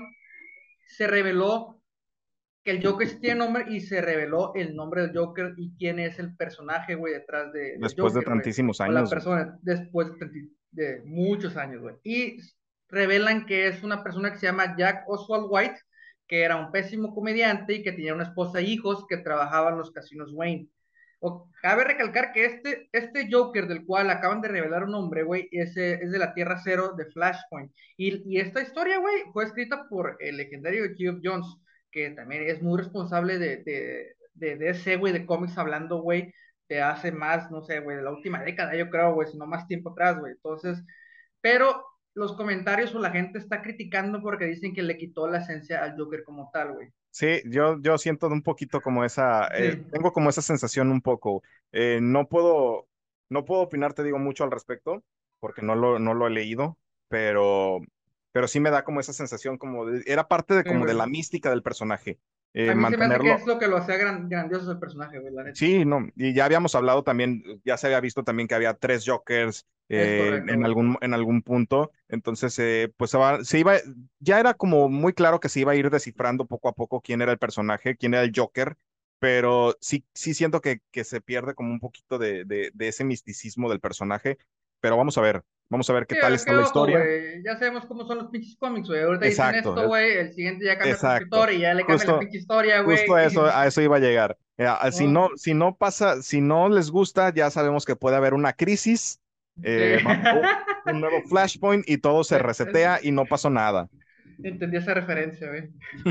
se reveló que el Joker sí tiene nombre y se reveló el nombre del Joker y quién es el personaje, güey, detrás de, del Después de Joker, güey. tantísimos O la años. persona después de, de muchos años, güey. Y revelan que es una persona que se llama Jack Oswald White, que era un pésimo comediante y que tenía una esposa e hijos que trabajaban en los casinos Wayne. O, cabe recalcar que este, este Joker del cual acaban de revelar un nombre, güey, es, es de la Tierra Cero de Flashpoint. Y, y esta historia, güey, fue escrita por el legendario Geoff Jones, que también es muy responsable de, de, de, de ese, güey, de cómics hablando, güey, de hace más, no sé, güey, de la última década, yo creo, güey, si no más tiempo atrás, güey. Entonces, pero los comentarios o la gente está criticando porque dicen que le quitó la esencia al Joker como tal, güey. Sí, yo, yo siento un poquito como esa, eh, Sí, tengo como esa sensación un poco. Eh, no puedo, no puedo opinar, te digo, mucho al respecto, porque no lo, no lo he leído, pero, pero sí me da como esa sensación, como de- era parte de sí, como de güey. la mística del personaje, A eh, mí se me hace que es mantenerlo. lo que lo hacía gran, grandioso el personaje, güey, la neta. Sí, no, y ya habíamos hablado también, ya se había visto también que había tres Jokers Es eh, correcto, en güey. algún, en algún punto, entonces eh, pues se, va- se iba, ya era como muy claro que se iba a ir descifrando poco a poco quién era el personaje, quién era el Joker, pero sí, sí siento que, que se pierde como un poquito de, de, de ese misticismo del personaje, pero vamos a ver, vamos a ver qué Sí, tal es está que la ojo, historia. güey, ya sabemos cómo son los pinches cómics, güey. Ahorita dicen Exacto, esto, es- güey, el siguiente ya cambia su exacto, escritor y ya le cambia la justo. pinche historia, Justo güey. a eso, a eso iba a llegar. Eh, a- si ¿No? no, si no pasa, si no les gusta, ya sabemos que puede haber una crisis, Sí. eh, va- o un nuevo flashpoint y todo se resetea y no pasó nada. Entendí esa referencia, güey.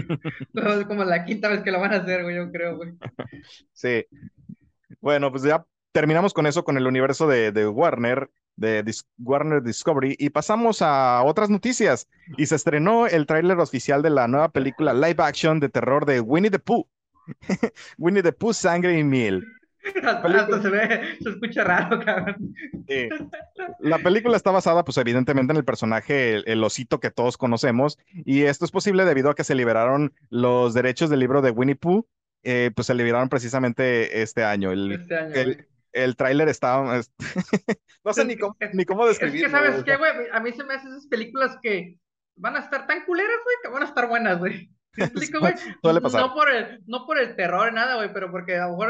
Es como la quinta vez que lo van a hacer, güey, yo creo, güey. Sí, bueno, pues ya terminamos con eso, con el universo de, de Warner, de Dis- Warner Discovery, y pasamos a otras noticias. Y se estrenó el tráiler oficial de la nueva película live action de terror de Winnie the Pooh. Winnie the Pooh, Sangre y Miel. Hasta, hasta se ve, se escucha raro, cabrón. Sí. La película está basada, pues evidentemente, en el personaje, el, el osito que todos conocemos, y esto es posible debido a que se liberaron los derechos del libro de Winnie Pooh, eh, pues se liberaron precisamente este año. El, Este año, el, güey. el tráiler está, es- no sé Es ni que, cómo, es, ni cómo es que, describirlo, güey. ¿sabes O sea, qué, güey? A mí se me hacen esas películas que van a estar tan culeras, güey, que van a estar buenas, güey. ¿Me explico, güey? suele pasar. No por el, no por el terror, nada, güey, pero porque a lo mejor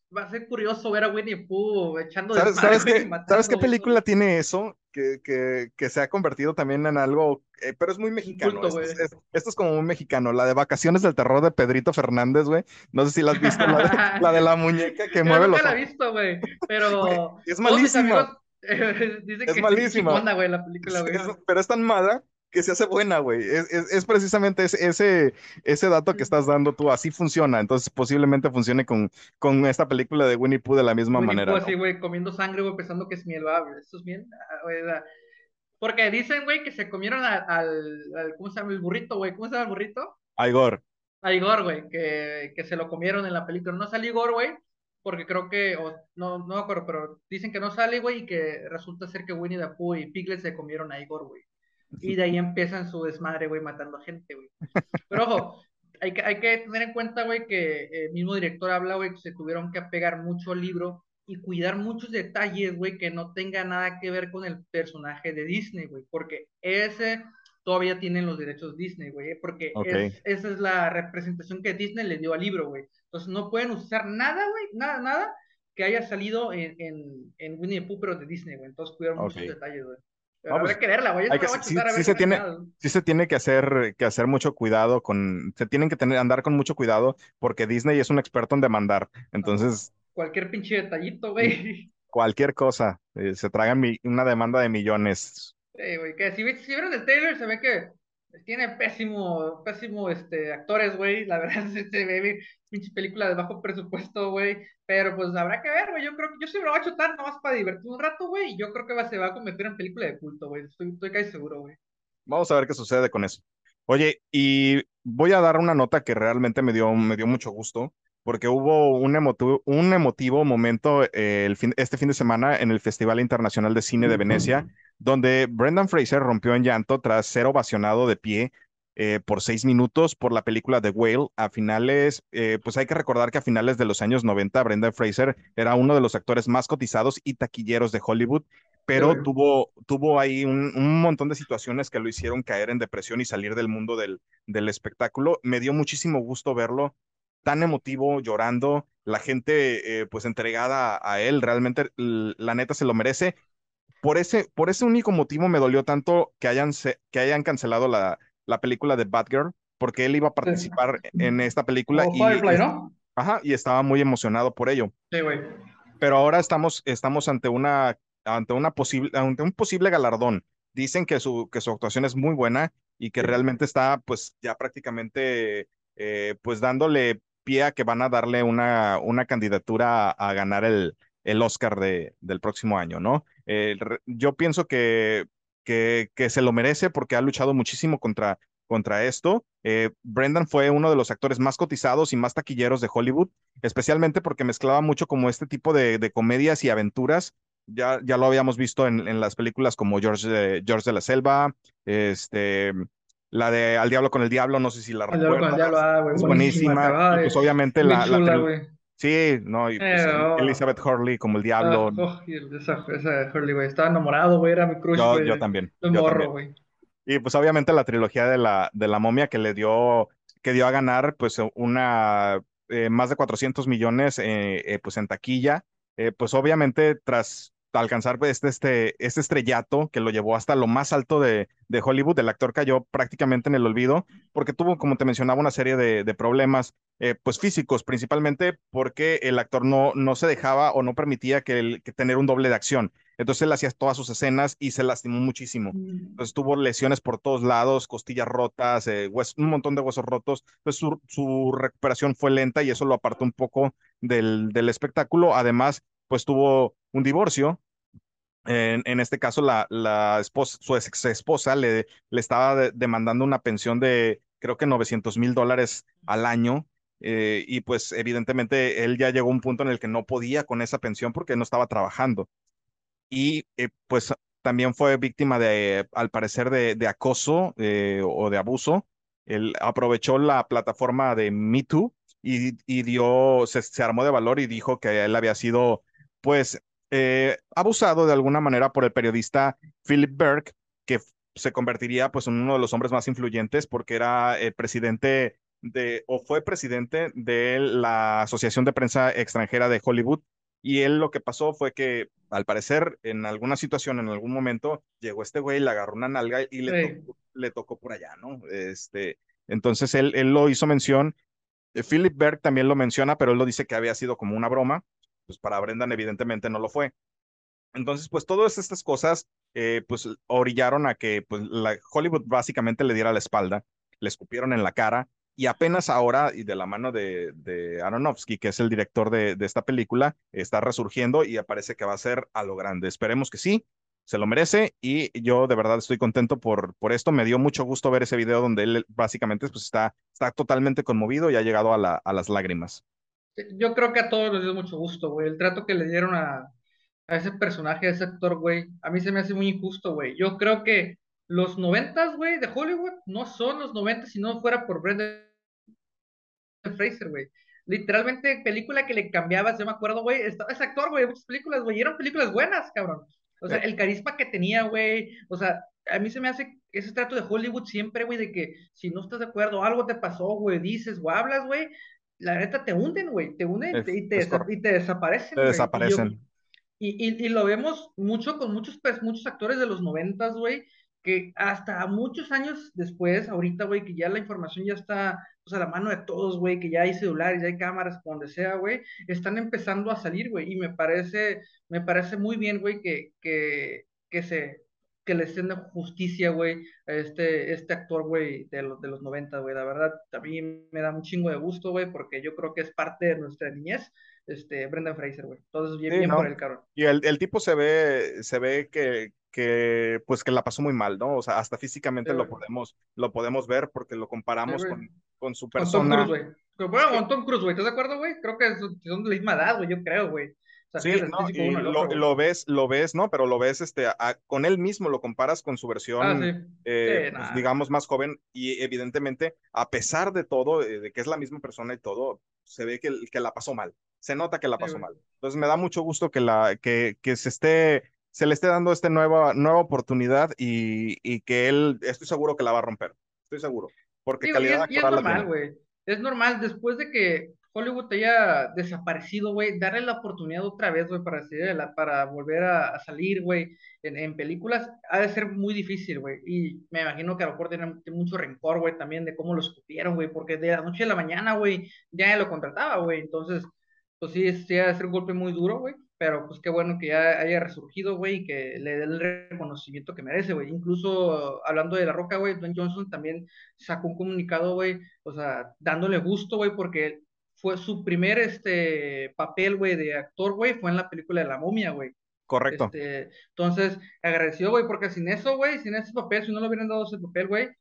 va a ser curioso ver a Winnie Pooh echando ¿Sabes, desmadre, sabes güey, y qué, ¿sabes qué matando, güey, todo película tiene eso? Que, que, que se ha convertido también en algo, eh, pero es muy un mexicano. culto, Esto es, güey. es- esto es como muy mexicano. La de Vacaciones del Terror de Pedrito Fernández, güey. No sé si la has visto, la de la, de la muñeca que Yo mueve nunca los la he ojos. visto, güey, Güey, pero es todos mis malísima, amigos eh, dicen es que está bien malísima. chingona, güey, la película, Es- güey. es- pero es tan mala que se hace buena, güey. Es, es- es precisamente ese, ese, ese dato que estás dando tú. Así funciona. Entonces, posiblemente funcione con, con esta película de Winnie Pooh de la misma Winnie Pooh manera, así, ¿no? güey, comiendo sangre, güey, pensando que es miel, va, güey, esto es miel. Ah, güey, la- porque dicen, güey, que se comieron a- al, al, ¿cómo se llama? El burrito, güey, ¿cómo se llama el burrito? Igor. A Igor, güey, que, que se lo comieron en la película. No sale Igor, güey, porque creo que, o, no, no me acuerdo, pero dicen que no sale, güey, y que resulta ser que Winnie the Pooh y Piglet se comieron a Igor, güey. Y de ahí empiezan su desmadre, güey, matando a gente, güey. Pero ojo, hay que, hay que tener en cuenta, güey, que el mismo director habla, güey, que se tuvieron que apegar mucho al libro y cuidar muchos detalles, güey, que no tenga nada que ver con el personaje de Disney, güey, porque ese todavía tienen los derechos Disney, güey, ¿eh? Porque es, Ok. esa es la representación que Disney le dio al libro, güey. Entonces no pueden usar nada, güey, nada, nada que haya salido en, en, en Winnie the Pooh, pero de Disney, güey. Entonces cuidaron muchos Ok. detalles, güey. No, Habrá pues que verla, güey. Yo hay sí me que, la voy sí, a sí chutar a ver sí qué se tiene, chingados. sí se tiene que hacer, que hacer mucho cuidado con, se tienen que tener, andar con mucho cuidado porque Disney es un experto en demandar. Ajá. Entonces, Cualquier pinche detallito, mm, güey. cualquier cosa, eh, se tragan mi- una demanda de millones. Sí, güey, que si, vi- si vieron el trailer se ve que tiene pésimo, pésimo, este, actores, güey. La verdad se, se ve pinche película de bajo presupuesto, güey. Pero pues habrá que ver, güey. Yo creo que yo sí me lo voy a chutar nomás para divertir un rato, güey. Y yo creo que va, se va a convertir en película de culto, güey. Estoy, estoy casi seguro, güey. Vamos a ver qué sucede con eso. Oye, y voy a dar una nota que realmente me dio, me dio mucho gusto, porque hubo un emotivo, un emotivo momento eh, el fin- este fin de semana en el Festival Internacional de Cine de Venecia, donde Brendan Fraser rompió en llanto tras ser ovacionado de pie eh, por seis minutos por la película The Whale. A finales, eh, pues hay que recordar que a finales de los años noventa, Brendan Fraser era uno de los actores más cotizados y taquilleros de Hollywood, Sí, pero güey. tuvo, tuvo ahí un, un montón de situaciones que lo hicieron caer en depresión y salir del mundo del, del espectáculo. Me dio muchísimo gusto verlo tan emotivo, llorando, la gente eh, pues entregada a él, realmente l- la neta se lo merece. Por ese, por ese único motivo me dolió tanto que hayan, se- que hayan cancelado la, la película de Batgirl, porque él iba a Sí. participar en esta película Como y, y, Firefly, ¿no? ajá, y estaba muy emocionado por ello. Sí, güey. Pero ahora estamos, estamos ante una, ante una posible, ante un posible galardón. Dicen que su, que su actuación es muy buena y que Sí. realmente está, pues, ya prácticamente, eh, pues, dándole pie a que van a darle una, una candidatura a, a ganar el, el Oscar de, del próximo año, ¿no? Eh, re- yo pienso que, que, que se lo merece porque ha luchado muchísimo contra, contra esto. Eh, Brendan fue uno de los actores más cotizados y más taquilleros de Hollywood, especialmente porque mezclaba mucho como este tipo de, de comedias y aventuras. Ya, ya lo habíamos visto en, en las películas como George de, George de la Selva, este, la de Al Diablo con el Diablo, no sé si la El diablo con el recuerdas, diablo, ah, güey, es buenísima, buenísima. Y acababa de... pues obviamente Bien la, la chula, tril- güey. sí, no, y pues Eh, el- oh, Elizabeth Hurley como el Diablo, ah, oh, y el- esa, esa Hurley, güey. Estaba enamorado, güey. Era mi crush, yo, güey, yo de, también, de yo morro, también. güey. Y pues obviamente la trilogía de la, de la momia que le dio, que dio a ganar pues una, eh, más de cuatrocientos millones eh, eh, pues en taquilla, eh, pues obviamente tras alcanzar pues, este, este, este estrellato que lo llevó hasta lo más alto de, de Hollywood, el actor cayó prácticamente en el olvido porque tuvo, como te mencionaba, una serie de, de problemas eh, pues físicos, principalmente porque el actor no, no se dejaba o no permitía que, el, que tener un doble de acción. Entonces él hacía todas sus escenas y se lastimó muchísimo. Entonces tuvo lesiones por todos lados, costillas rotas, eh, hues- un montón de huesos rotos. Entonces su, su recuperación fue lenta y eso lo apartó un poco del, del espectáculo. Además, pues tuvo un divorcio. En, en este caso, la, la esposa, su ex esposa le, le estaba de- demandando una pensión de creo que novecientos mil dólares al año. Eh, y pues evidentemente él ya llegó a un punto en el que no podía con esa pensión porque no estaba trabajando y eh, pues también fue víctima de, al parecer, de, de acoso eh, o de abuso. Él aprovechó la plataforma de Me Too y, y dio, se, se armó de valor y dijo que él había sido, pues, eh, abusado de alguna manera por el periodista Philip Berg, que f- se convertiría, pues, en uno de los hombres más influyentes porque era el presidente. de, o fue presidente de la Asociación de Prensa Extranjera de Hollywood. Y él lo que pasó fue que, al parecer, en alguna situación, en algún momento, llegó este güey, le agarró una nalga y le Sí. tocó, le tocó por allá, ¿no? Este, entonces él, él lo hizo mención. Eh, Philip Berg también lo menciona, pero él lo dice que había sido como una broma. Pues para Brendan, evidentemente, no lo fue. Entonces, pues todas estas cosas, eh, pues orillaron a que pues, la, Hollywood básicamente le diera la espalda, le escupieron en la cara y apenas ahora, y de la mano de, de Aronofsky, que es el director de, de esta película, está resurgiendo y aparece que va a ser a lo grande. Esperemos que sí, se lo merece y yo de verdad estoy contento por, por esto. Me dio mucho gusto ver ese video donde él básicamente pues, está, está totalmente conmovido y ha llegado a, la, a las lágrimas. Yo creo que a todos les dio mucho gusto, güey. El trato que le dieron a, a ese personaje, a ese actor, güey, a mí se me hace muy injusto, güey. Yo creo que los noventas, güey, de Hollywood no son los noventas si no fuera por Brendan Fraser, güey. Literalmente, película que le cambiabas, yo me acuerdo, güey, estaba ese actor, güey, muchas películas, güey, y eran películas buenas, cabrón. O sea, Eh, el carisma que tenía, güey, o sea, a mí se me hace ese trato de Hollywood siempre, güey, de que si no estás de acuerdo, algo te pasó, güey, dices o hablas, güey, la neta te hunden, güey, te hunden y te, es, y te, es desa- correcto. y te desaparecen, güey. Y yo, Desaparecen. y, y, y lo vemos mucho con muchos, pues, muchos actores de los noventas, güey, que hasta muchos años después, ahorita, güey, que ya la información ya está pues, a la mano de todos, güey, que ya hay celulares, ya hay cámaras, donde sea, güey, están empezando a salir, güey, y me parece, me parece muy bien, güey, que, que, que se, que le estén dando justicia, güey, a este, este actor, güey, de los, de los noventa, güey, la verdad, a mí me da un chingo de gusto, güey, porque yo creo que es parte de nuestra niñez, este, Brendan Fraser, güey, entonces, bien, Sí, bien por ¿no? el cabrón. Y el, el tipo se ve, se ve que, que, pues que la pasó muy mal, ¿no? O sea, hasta Sí, físicamente lo güey, podemos, lo podemos ver porque lo sí, comparamos güey. con, con su Con Tom Cruise, persona. güey. Pero bueno, Sí, con Tom Cruise, güey. ¿Estás de acuerdo, güey? Creo que son, son de la misma edad, güey. Yo creo, güey. O sea, sí, fíjate el no, físico y uno al lo, otro, güey. lo ves, lo ves, ¿no? Pero lo ves este, a- con él mismo, lo comparas con su Ah, versión, sí. Sí, eh, pues nada. digamos, más joven y evidentemente, a pesar de todo, eh, de que es la misma persona y todo, se ve que, que la pasó mal, se nota que la Sí, pasó güey. mal. Entonces me da mucho gusto que, la, que, que se esté, se le esté dando esta nueva, nueva oportunidad y, y que él, estoy seguro que la va a romper, estoy seguro, porque Digo, y calidad es, y es actoral la normal, tiene. güey. Es normal, después de que Hollywood haya desaparecido, güey, darle la oportunidad otra vez, güey, para, salir de la- para volver a, a salir, güey, en, en películas, ha de ser muy difícil, güey. Y me imagino que a lo mejor tiene mucho rencor, güey, también de cómo lo escupieron, güey, porque de la noche a la mañana, güey, ya lo contrataba, güey. Entonces, pues sí, sí, ha de ser un golpe muy duro, güey. Pero pues qué bueno que ya haya resurgido, güey, y que le dé el reconocimiento que merece, güey. Incluso hablando de La Roca, güey, Dwayne Johnson también sacó un comunicado, güey, o sea, dándole gusto, güey, porque fue su primer este, papel, güey, de actor, güey, fue en la película de La Momia, güey. Correcto. Este, entonces, agradeció, güey, porque sin eso, güey, sin ese papel, si no le hubieran dado ese papel, güey,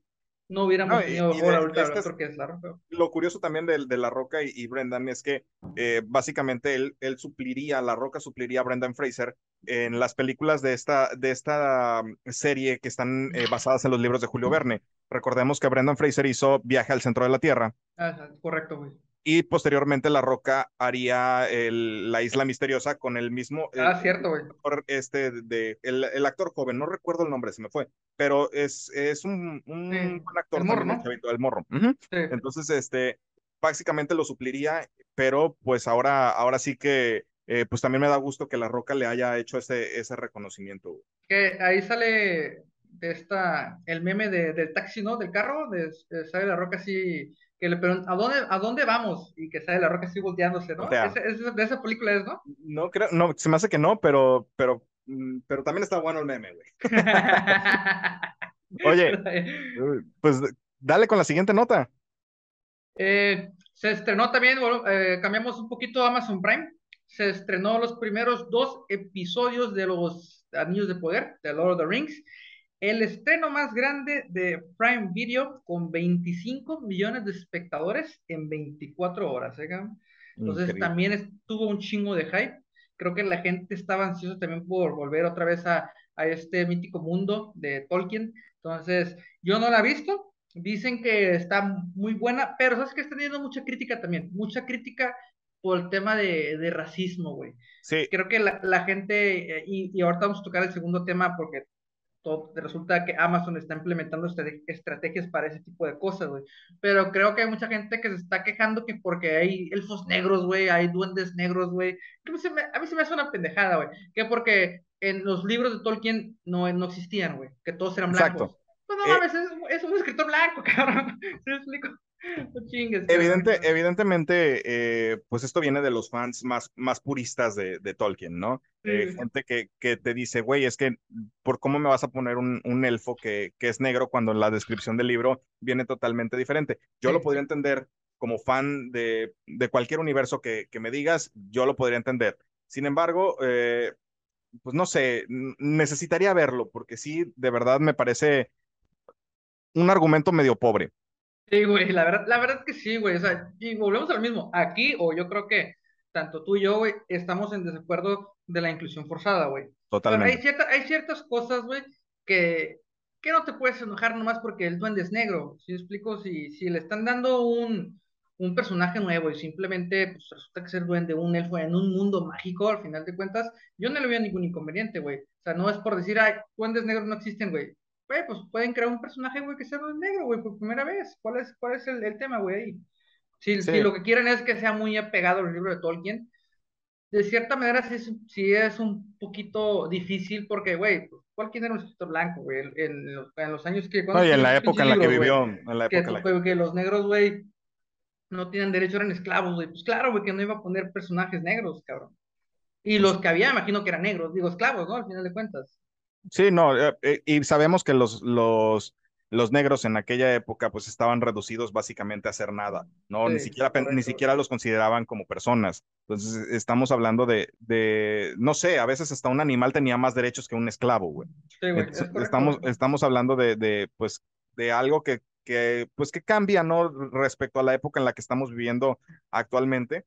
no No, hubiéramos y, tenido y de, ahora de ahorita el este, actor que es La Roca. lo curioso también de, de La Roca y, y Brendan es que eh, básicamente él, él supliría, La Roca supliría a Brendan Fraser en las películas de esta, de esta um, serie que están eh, basadas en los libros de Julio Verne. Recordemos que Brendan Fraser hizo Viaje al centro de la Tierra Ah, correcto, güey. y posteriormente La Roca haría el, La Isla Misteriosa con el mismo, el, Ah, el cierto, güey. actor, este de, el, el actor joven, no recuerdo el nombre, se me fue, pero es, es un, Sí, un buen el actor morro, también, el ¿no? chavito, el morro. Ujú. Sí. Entonces, este, básicamente lo supliría, pero pues ahora, ahora sí que, eh, pues también me da gusto que La Roca le haya hecho ese, ese reconocimiento. Que ahí sale de esta, el meme de, del taxi, ¿no? Del carro, de, de- sale la roca así, que le preguntan, ¿a dónde, a dónde vamos? Y que sale la roca así volteándose, O ¿no? sea, Ese, ese- de esa película es, ¿no? no creo, no, se me hace que no, pero, pero, mm, pero también está bueno el meme, güey. Oye, eh, pues dale con la siguiente nota. Eh, se estrenó también, bueno, eh, cambiamos un poquito a Amazon Prime. Se estrenó los primeros dos episodios de los Anillos de Poder, de Lord of the Rings. El estreno más grande de Prime Video con veinticinco millones de espectadores en veinticuatro horas. ¿Eh, cabrón? Entonces Increíble. también es- tuvo un chingo de hype. Creo que la gente estaba ansiosa también por volver otra vez a, a este mítico mundo de Tolkien. Entonces, yo no la he visto, dicen que está muy buena, pero sabes que está teniendo mucha crítica también, mucha crítica por el tema de, de racismo, güey. Sí, Creo que la, la gente, eh, y, y ahorita vamos a tocar el segundo tema porque todo, resulta que Amazon está implementando estrate- estrategias para ese tipo de cosas, güey. Pero creo que hay mucha gente que se está quejando que porque hay elfos negros, güey, hay duendes negros, güey. Que se me- A mí se me hace una pendejada, güey. Que porque en los libros de Tolkien no, no existían, güey. Que todos eran Exacto. blancos. Pues no Eh, mames, es, es un escritor blanco, cabrón. ¿Se me explico? No chingues, cabrón. Evidente, evidentemente, eh, pues esto viene de los fans más, más puristas de, de Tolkien, ¿no? Sí, Eh, güey. gente que, que te dice, güey, es que, ¿por cómo me vas a poner un, un elfo que, que es negro cuando en la descripción del libro viene totalmente diferente? Yo lo Sí, podría entender como fan de, de cualquier universo que, que me digas, yo lo podría entender. Sin embargo, eh, pues no sé, n- necesitaría verlo, porque sí, de verdad me parece un argumento medio pobre, sí, güey, la verdad, la verdad que sí, güey. O sea, y volvemos al mismo. Aquí, o yo creo que tanto tú y yo, güey, estamos en desacuerdo de la inclusión forzada, güey. Pero hay totalmente. cierta, hay ciertas cosas, güey, que, que no te puedes enojar nomás porque el duende es negro. ¿Sí me explico? Si, si le están dando un, un personaje nuevo y simplemente pues, resulta que ser duende, un elfo en un mundo mágico, al final de cuentas, yo no le veo ningún inconveniente, güey. O sea, no es por decir, ay, duendes negros no existen, güey. Güey, pues pueden crear un personaje, güey, que sea negro, güey, por primera vez. ¿Cuál es, cuál es el, el tema, güey, ahí? Si, Sí, si lo que quieren es que sea muy apegado al libro de Tolkien, de cierta manera sí es, sí es un poquito difícil porque, güey, pues, Tolkien era un escritor blanco, güey, en, en los, en los años que, cuando no, y en escribió la sus época pinches en la que libros, güey, vivió, en la que, época en la que que, que vivió. los negros, güey, no tienen derecho, eran esclavos, güey, pues claro, güey, que no iba a poner personajes negros, cabrón. Y Pues los que había, imagino que eran negros, digo, esclavos, ¿no? Al final de cuentas. sí, no, eh, eh, y sabemos que los, los, los negros en aquella época pues estaban reducidos básicamente a hacer nada, ¿no? Sí, Ni siquiera, pen- ni correcto, güey. siquiera los consideraban como personas. Entonces, estamos hablando de, de, no sé, a veces hasta un animal tenía más derechos que un esclavo, güey. Sí, güey, Entonces, es correcto, güey. estamos, estamos hablando de, de, pues, de algo que, que, pues, que cambia, ¿no? Respecto a la época en la que estamos viviendo actualmente.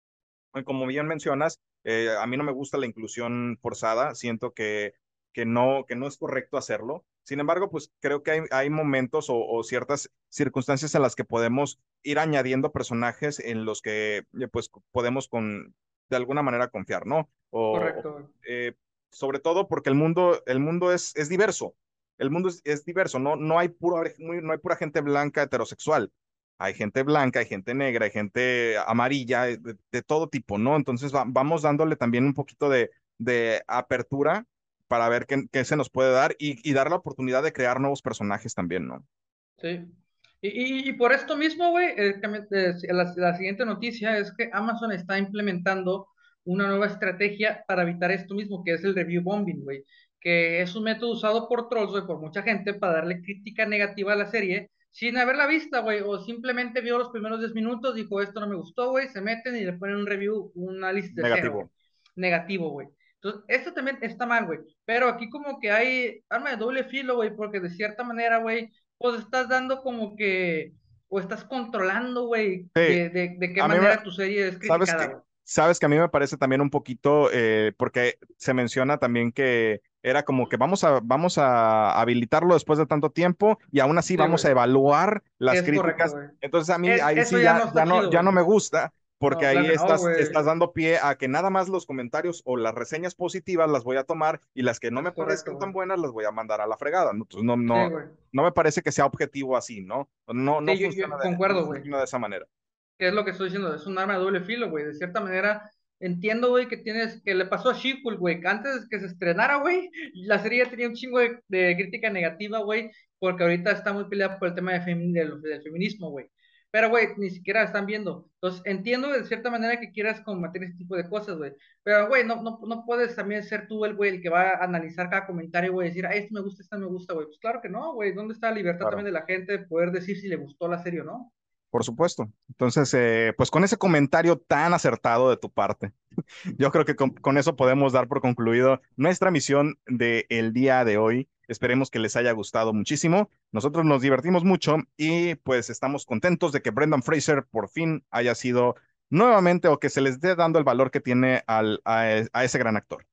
Y como bien mencionas, eh, a mí no me gusta la inclusión forzada, siento que, que, no, que no es correcto hacerlo. Sin embargo, pues creo que hay, hay momentos o, o ciertas circunstancias en las que podemos ir añadiendo personajes en los que eh, pues podemos con, de alguna manera confiar, ¿no? O, o, Correcto, güey. eh, sobre todo porque el mundo, el mundo es, es diverso. El mundo es, es diverso, no, no hay puro, no hay pura gente blanca heterosexual. Hay gente blanca, hay gente negra, hay gente amarilla, eh, de, de todo tipo, ¿no? Entonces va- vamos dándole también un poquito de, de apertura para ver qué, qué se nos puede dar y, y dar la oportunidad de crear nuevos personajes también, ¿no? Sí. Y, y, y por esto mismo, güey, eh, que me- eh, la, la siguiente noticia es que Amazon está implementando una nueva estrategia para evitar esto mismo, que es el review bombing, güey, que es un método usado por trolls, güey, por mucha gente para darle crítica negativa a la serie sin haberla vista, güey, o simplemente vio los primeros diez minutos, dijo esto no me gustó, güey, se meten y le ponen un review, un análisis de cero, güey, Negativo. negativo, güey. Entonces, esto también está mal, güey, pero aquí como que hay arma de doble filo, güey, porque de cierta manera, güey, pues estás dando como que, o estás controlando, güey, Sí, de, de, de qué a mí me, manera tu serie es sabes criticada, que, güey. sabes que a mí me parece también un poquito, eh, porque se menciona también que era como que vamos a, vamos a habilitarlo después de tanto tiempo y aún así Sí, vamos güey, a evaluar las es correcto, críticas. güey. Entonces a mí Es, ahí eso sí ya ya, no ya está no, chido, ya güey. no me gusta, porque No, ahí claro que no, estás, güey. estás dando pie a que nada más los comentarios o las reseñas positivas las voy a tomar y las que no Es me correcto, parezcan güey. tan buenas las voy a mandar a la fregada, ¿no? Entonces no, Sí, no, güey. no me parece que sea objetivo así, ¿no? No, no Sí, yo, funciona yo de, no concuerdo, güey. funciona de esa manera. ¿Qué es lo que estoy diciendo? Es un arma de doble filo, güey. De cierta manera, entiendo, güey, que tienes, que le pasó a She-Hulk, güey, que antes de que se estrenara, güey, la serie ya tenía un chingo de, de crítica negativa, güey, porque ahorita está muy peleada por el tema de femi- del, del feminismo, güey. Pero, güey, ni siquiera la están viendo. Entonces, entiendo de cierta manera que quieras combatir ese tipo de cosas, güey. Pero, güey, no, no, no puedes también ser tú el güey el que va a analizar cada comentario, güey, decir, ah, este me gusta, este no me gusta, güey. Pues claro que no, güey. ¿Dónde está la libertad Claro. también de la gente de poder decir si le gustó la serie o no? Por supuesto. Entonces, eh, pues con ese comentario tan acertado de tu parte, yo creo que con, con eso podemos dar por concluido nuestra misión del día de hoy. Esperemos que les haya gustado muchísimo. Nosotros nos divertimos mucho y pues estamos contentos de que Brendan Fraser por fin haya sido nuevamente o que se les esté dando el valor que tiene al, a, e- a ese gran actor.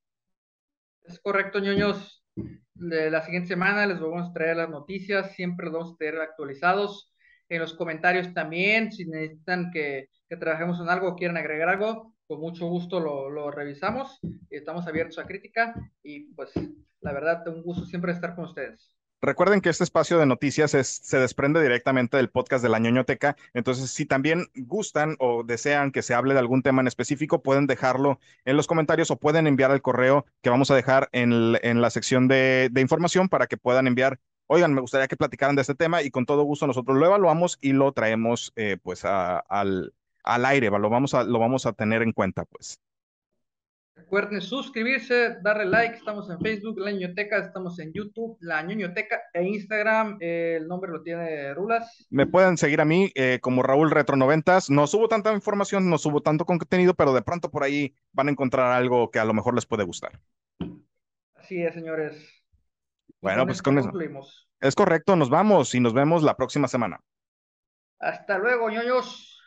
Es correcto, ñoños. De la siguiente semana les vamos a traer las noticias, siempre los vamos a tener actualizados. En los comentarios también, si necesitan que, que trabajemos en algo o quieren agregar algo, con mucho gusto lo, lo revisamos. Estamos abiertos a crítica y pues La verdad, un gusto siempre estar con ustedes. Recuerden que este espacio de noticias es- se desprende directamente del podcast de la ñoñoteca, entonces si también gustan o desean que se hable de algún tema en específico, pueden dejarlo en los comentarios o pueden enviar al correo que vamos a dejar en, el- en la sección de, de información para que puedan enviar, oigan, me gustaría que platicaran de este tema y con todo gusto nosotros lo evaluamos y lo traemos eh, pues a- al, al aire, ¿va? Lo vamos a, lo vamos a tener en cuenta, pues. Recuerden suscribirse, darle like. Estamos en Facebook, La Ñoñoteca. Estamos en YouTube, La Ñoñoteca. E Instagram, eh, el nombre lo tiene Rulas. Me pueden seguir a mí eh, como Raúl Retro Noventas. No subo tanta información, no subo tanto contenido, pero de pronto por ahí van a encontrar algo que a lo mejor les puede gustar. Así es, señores. Y Bueno, con pues esto con eso. concluimos. Es correcto, nos vamos y nos vemos la próxima semana. Hasta luego, ñoños.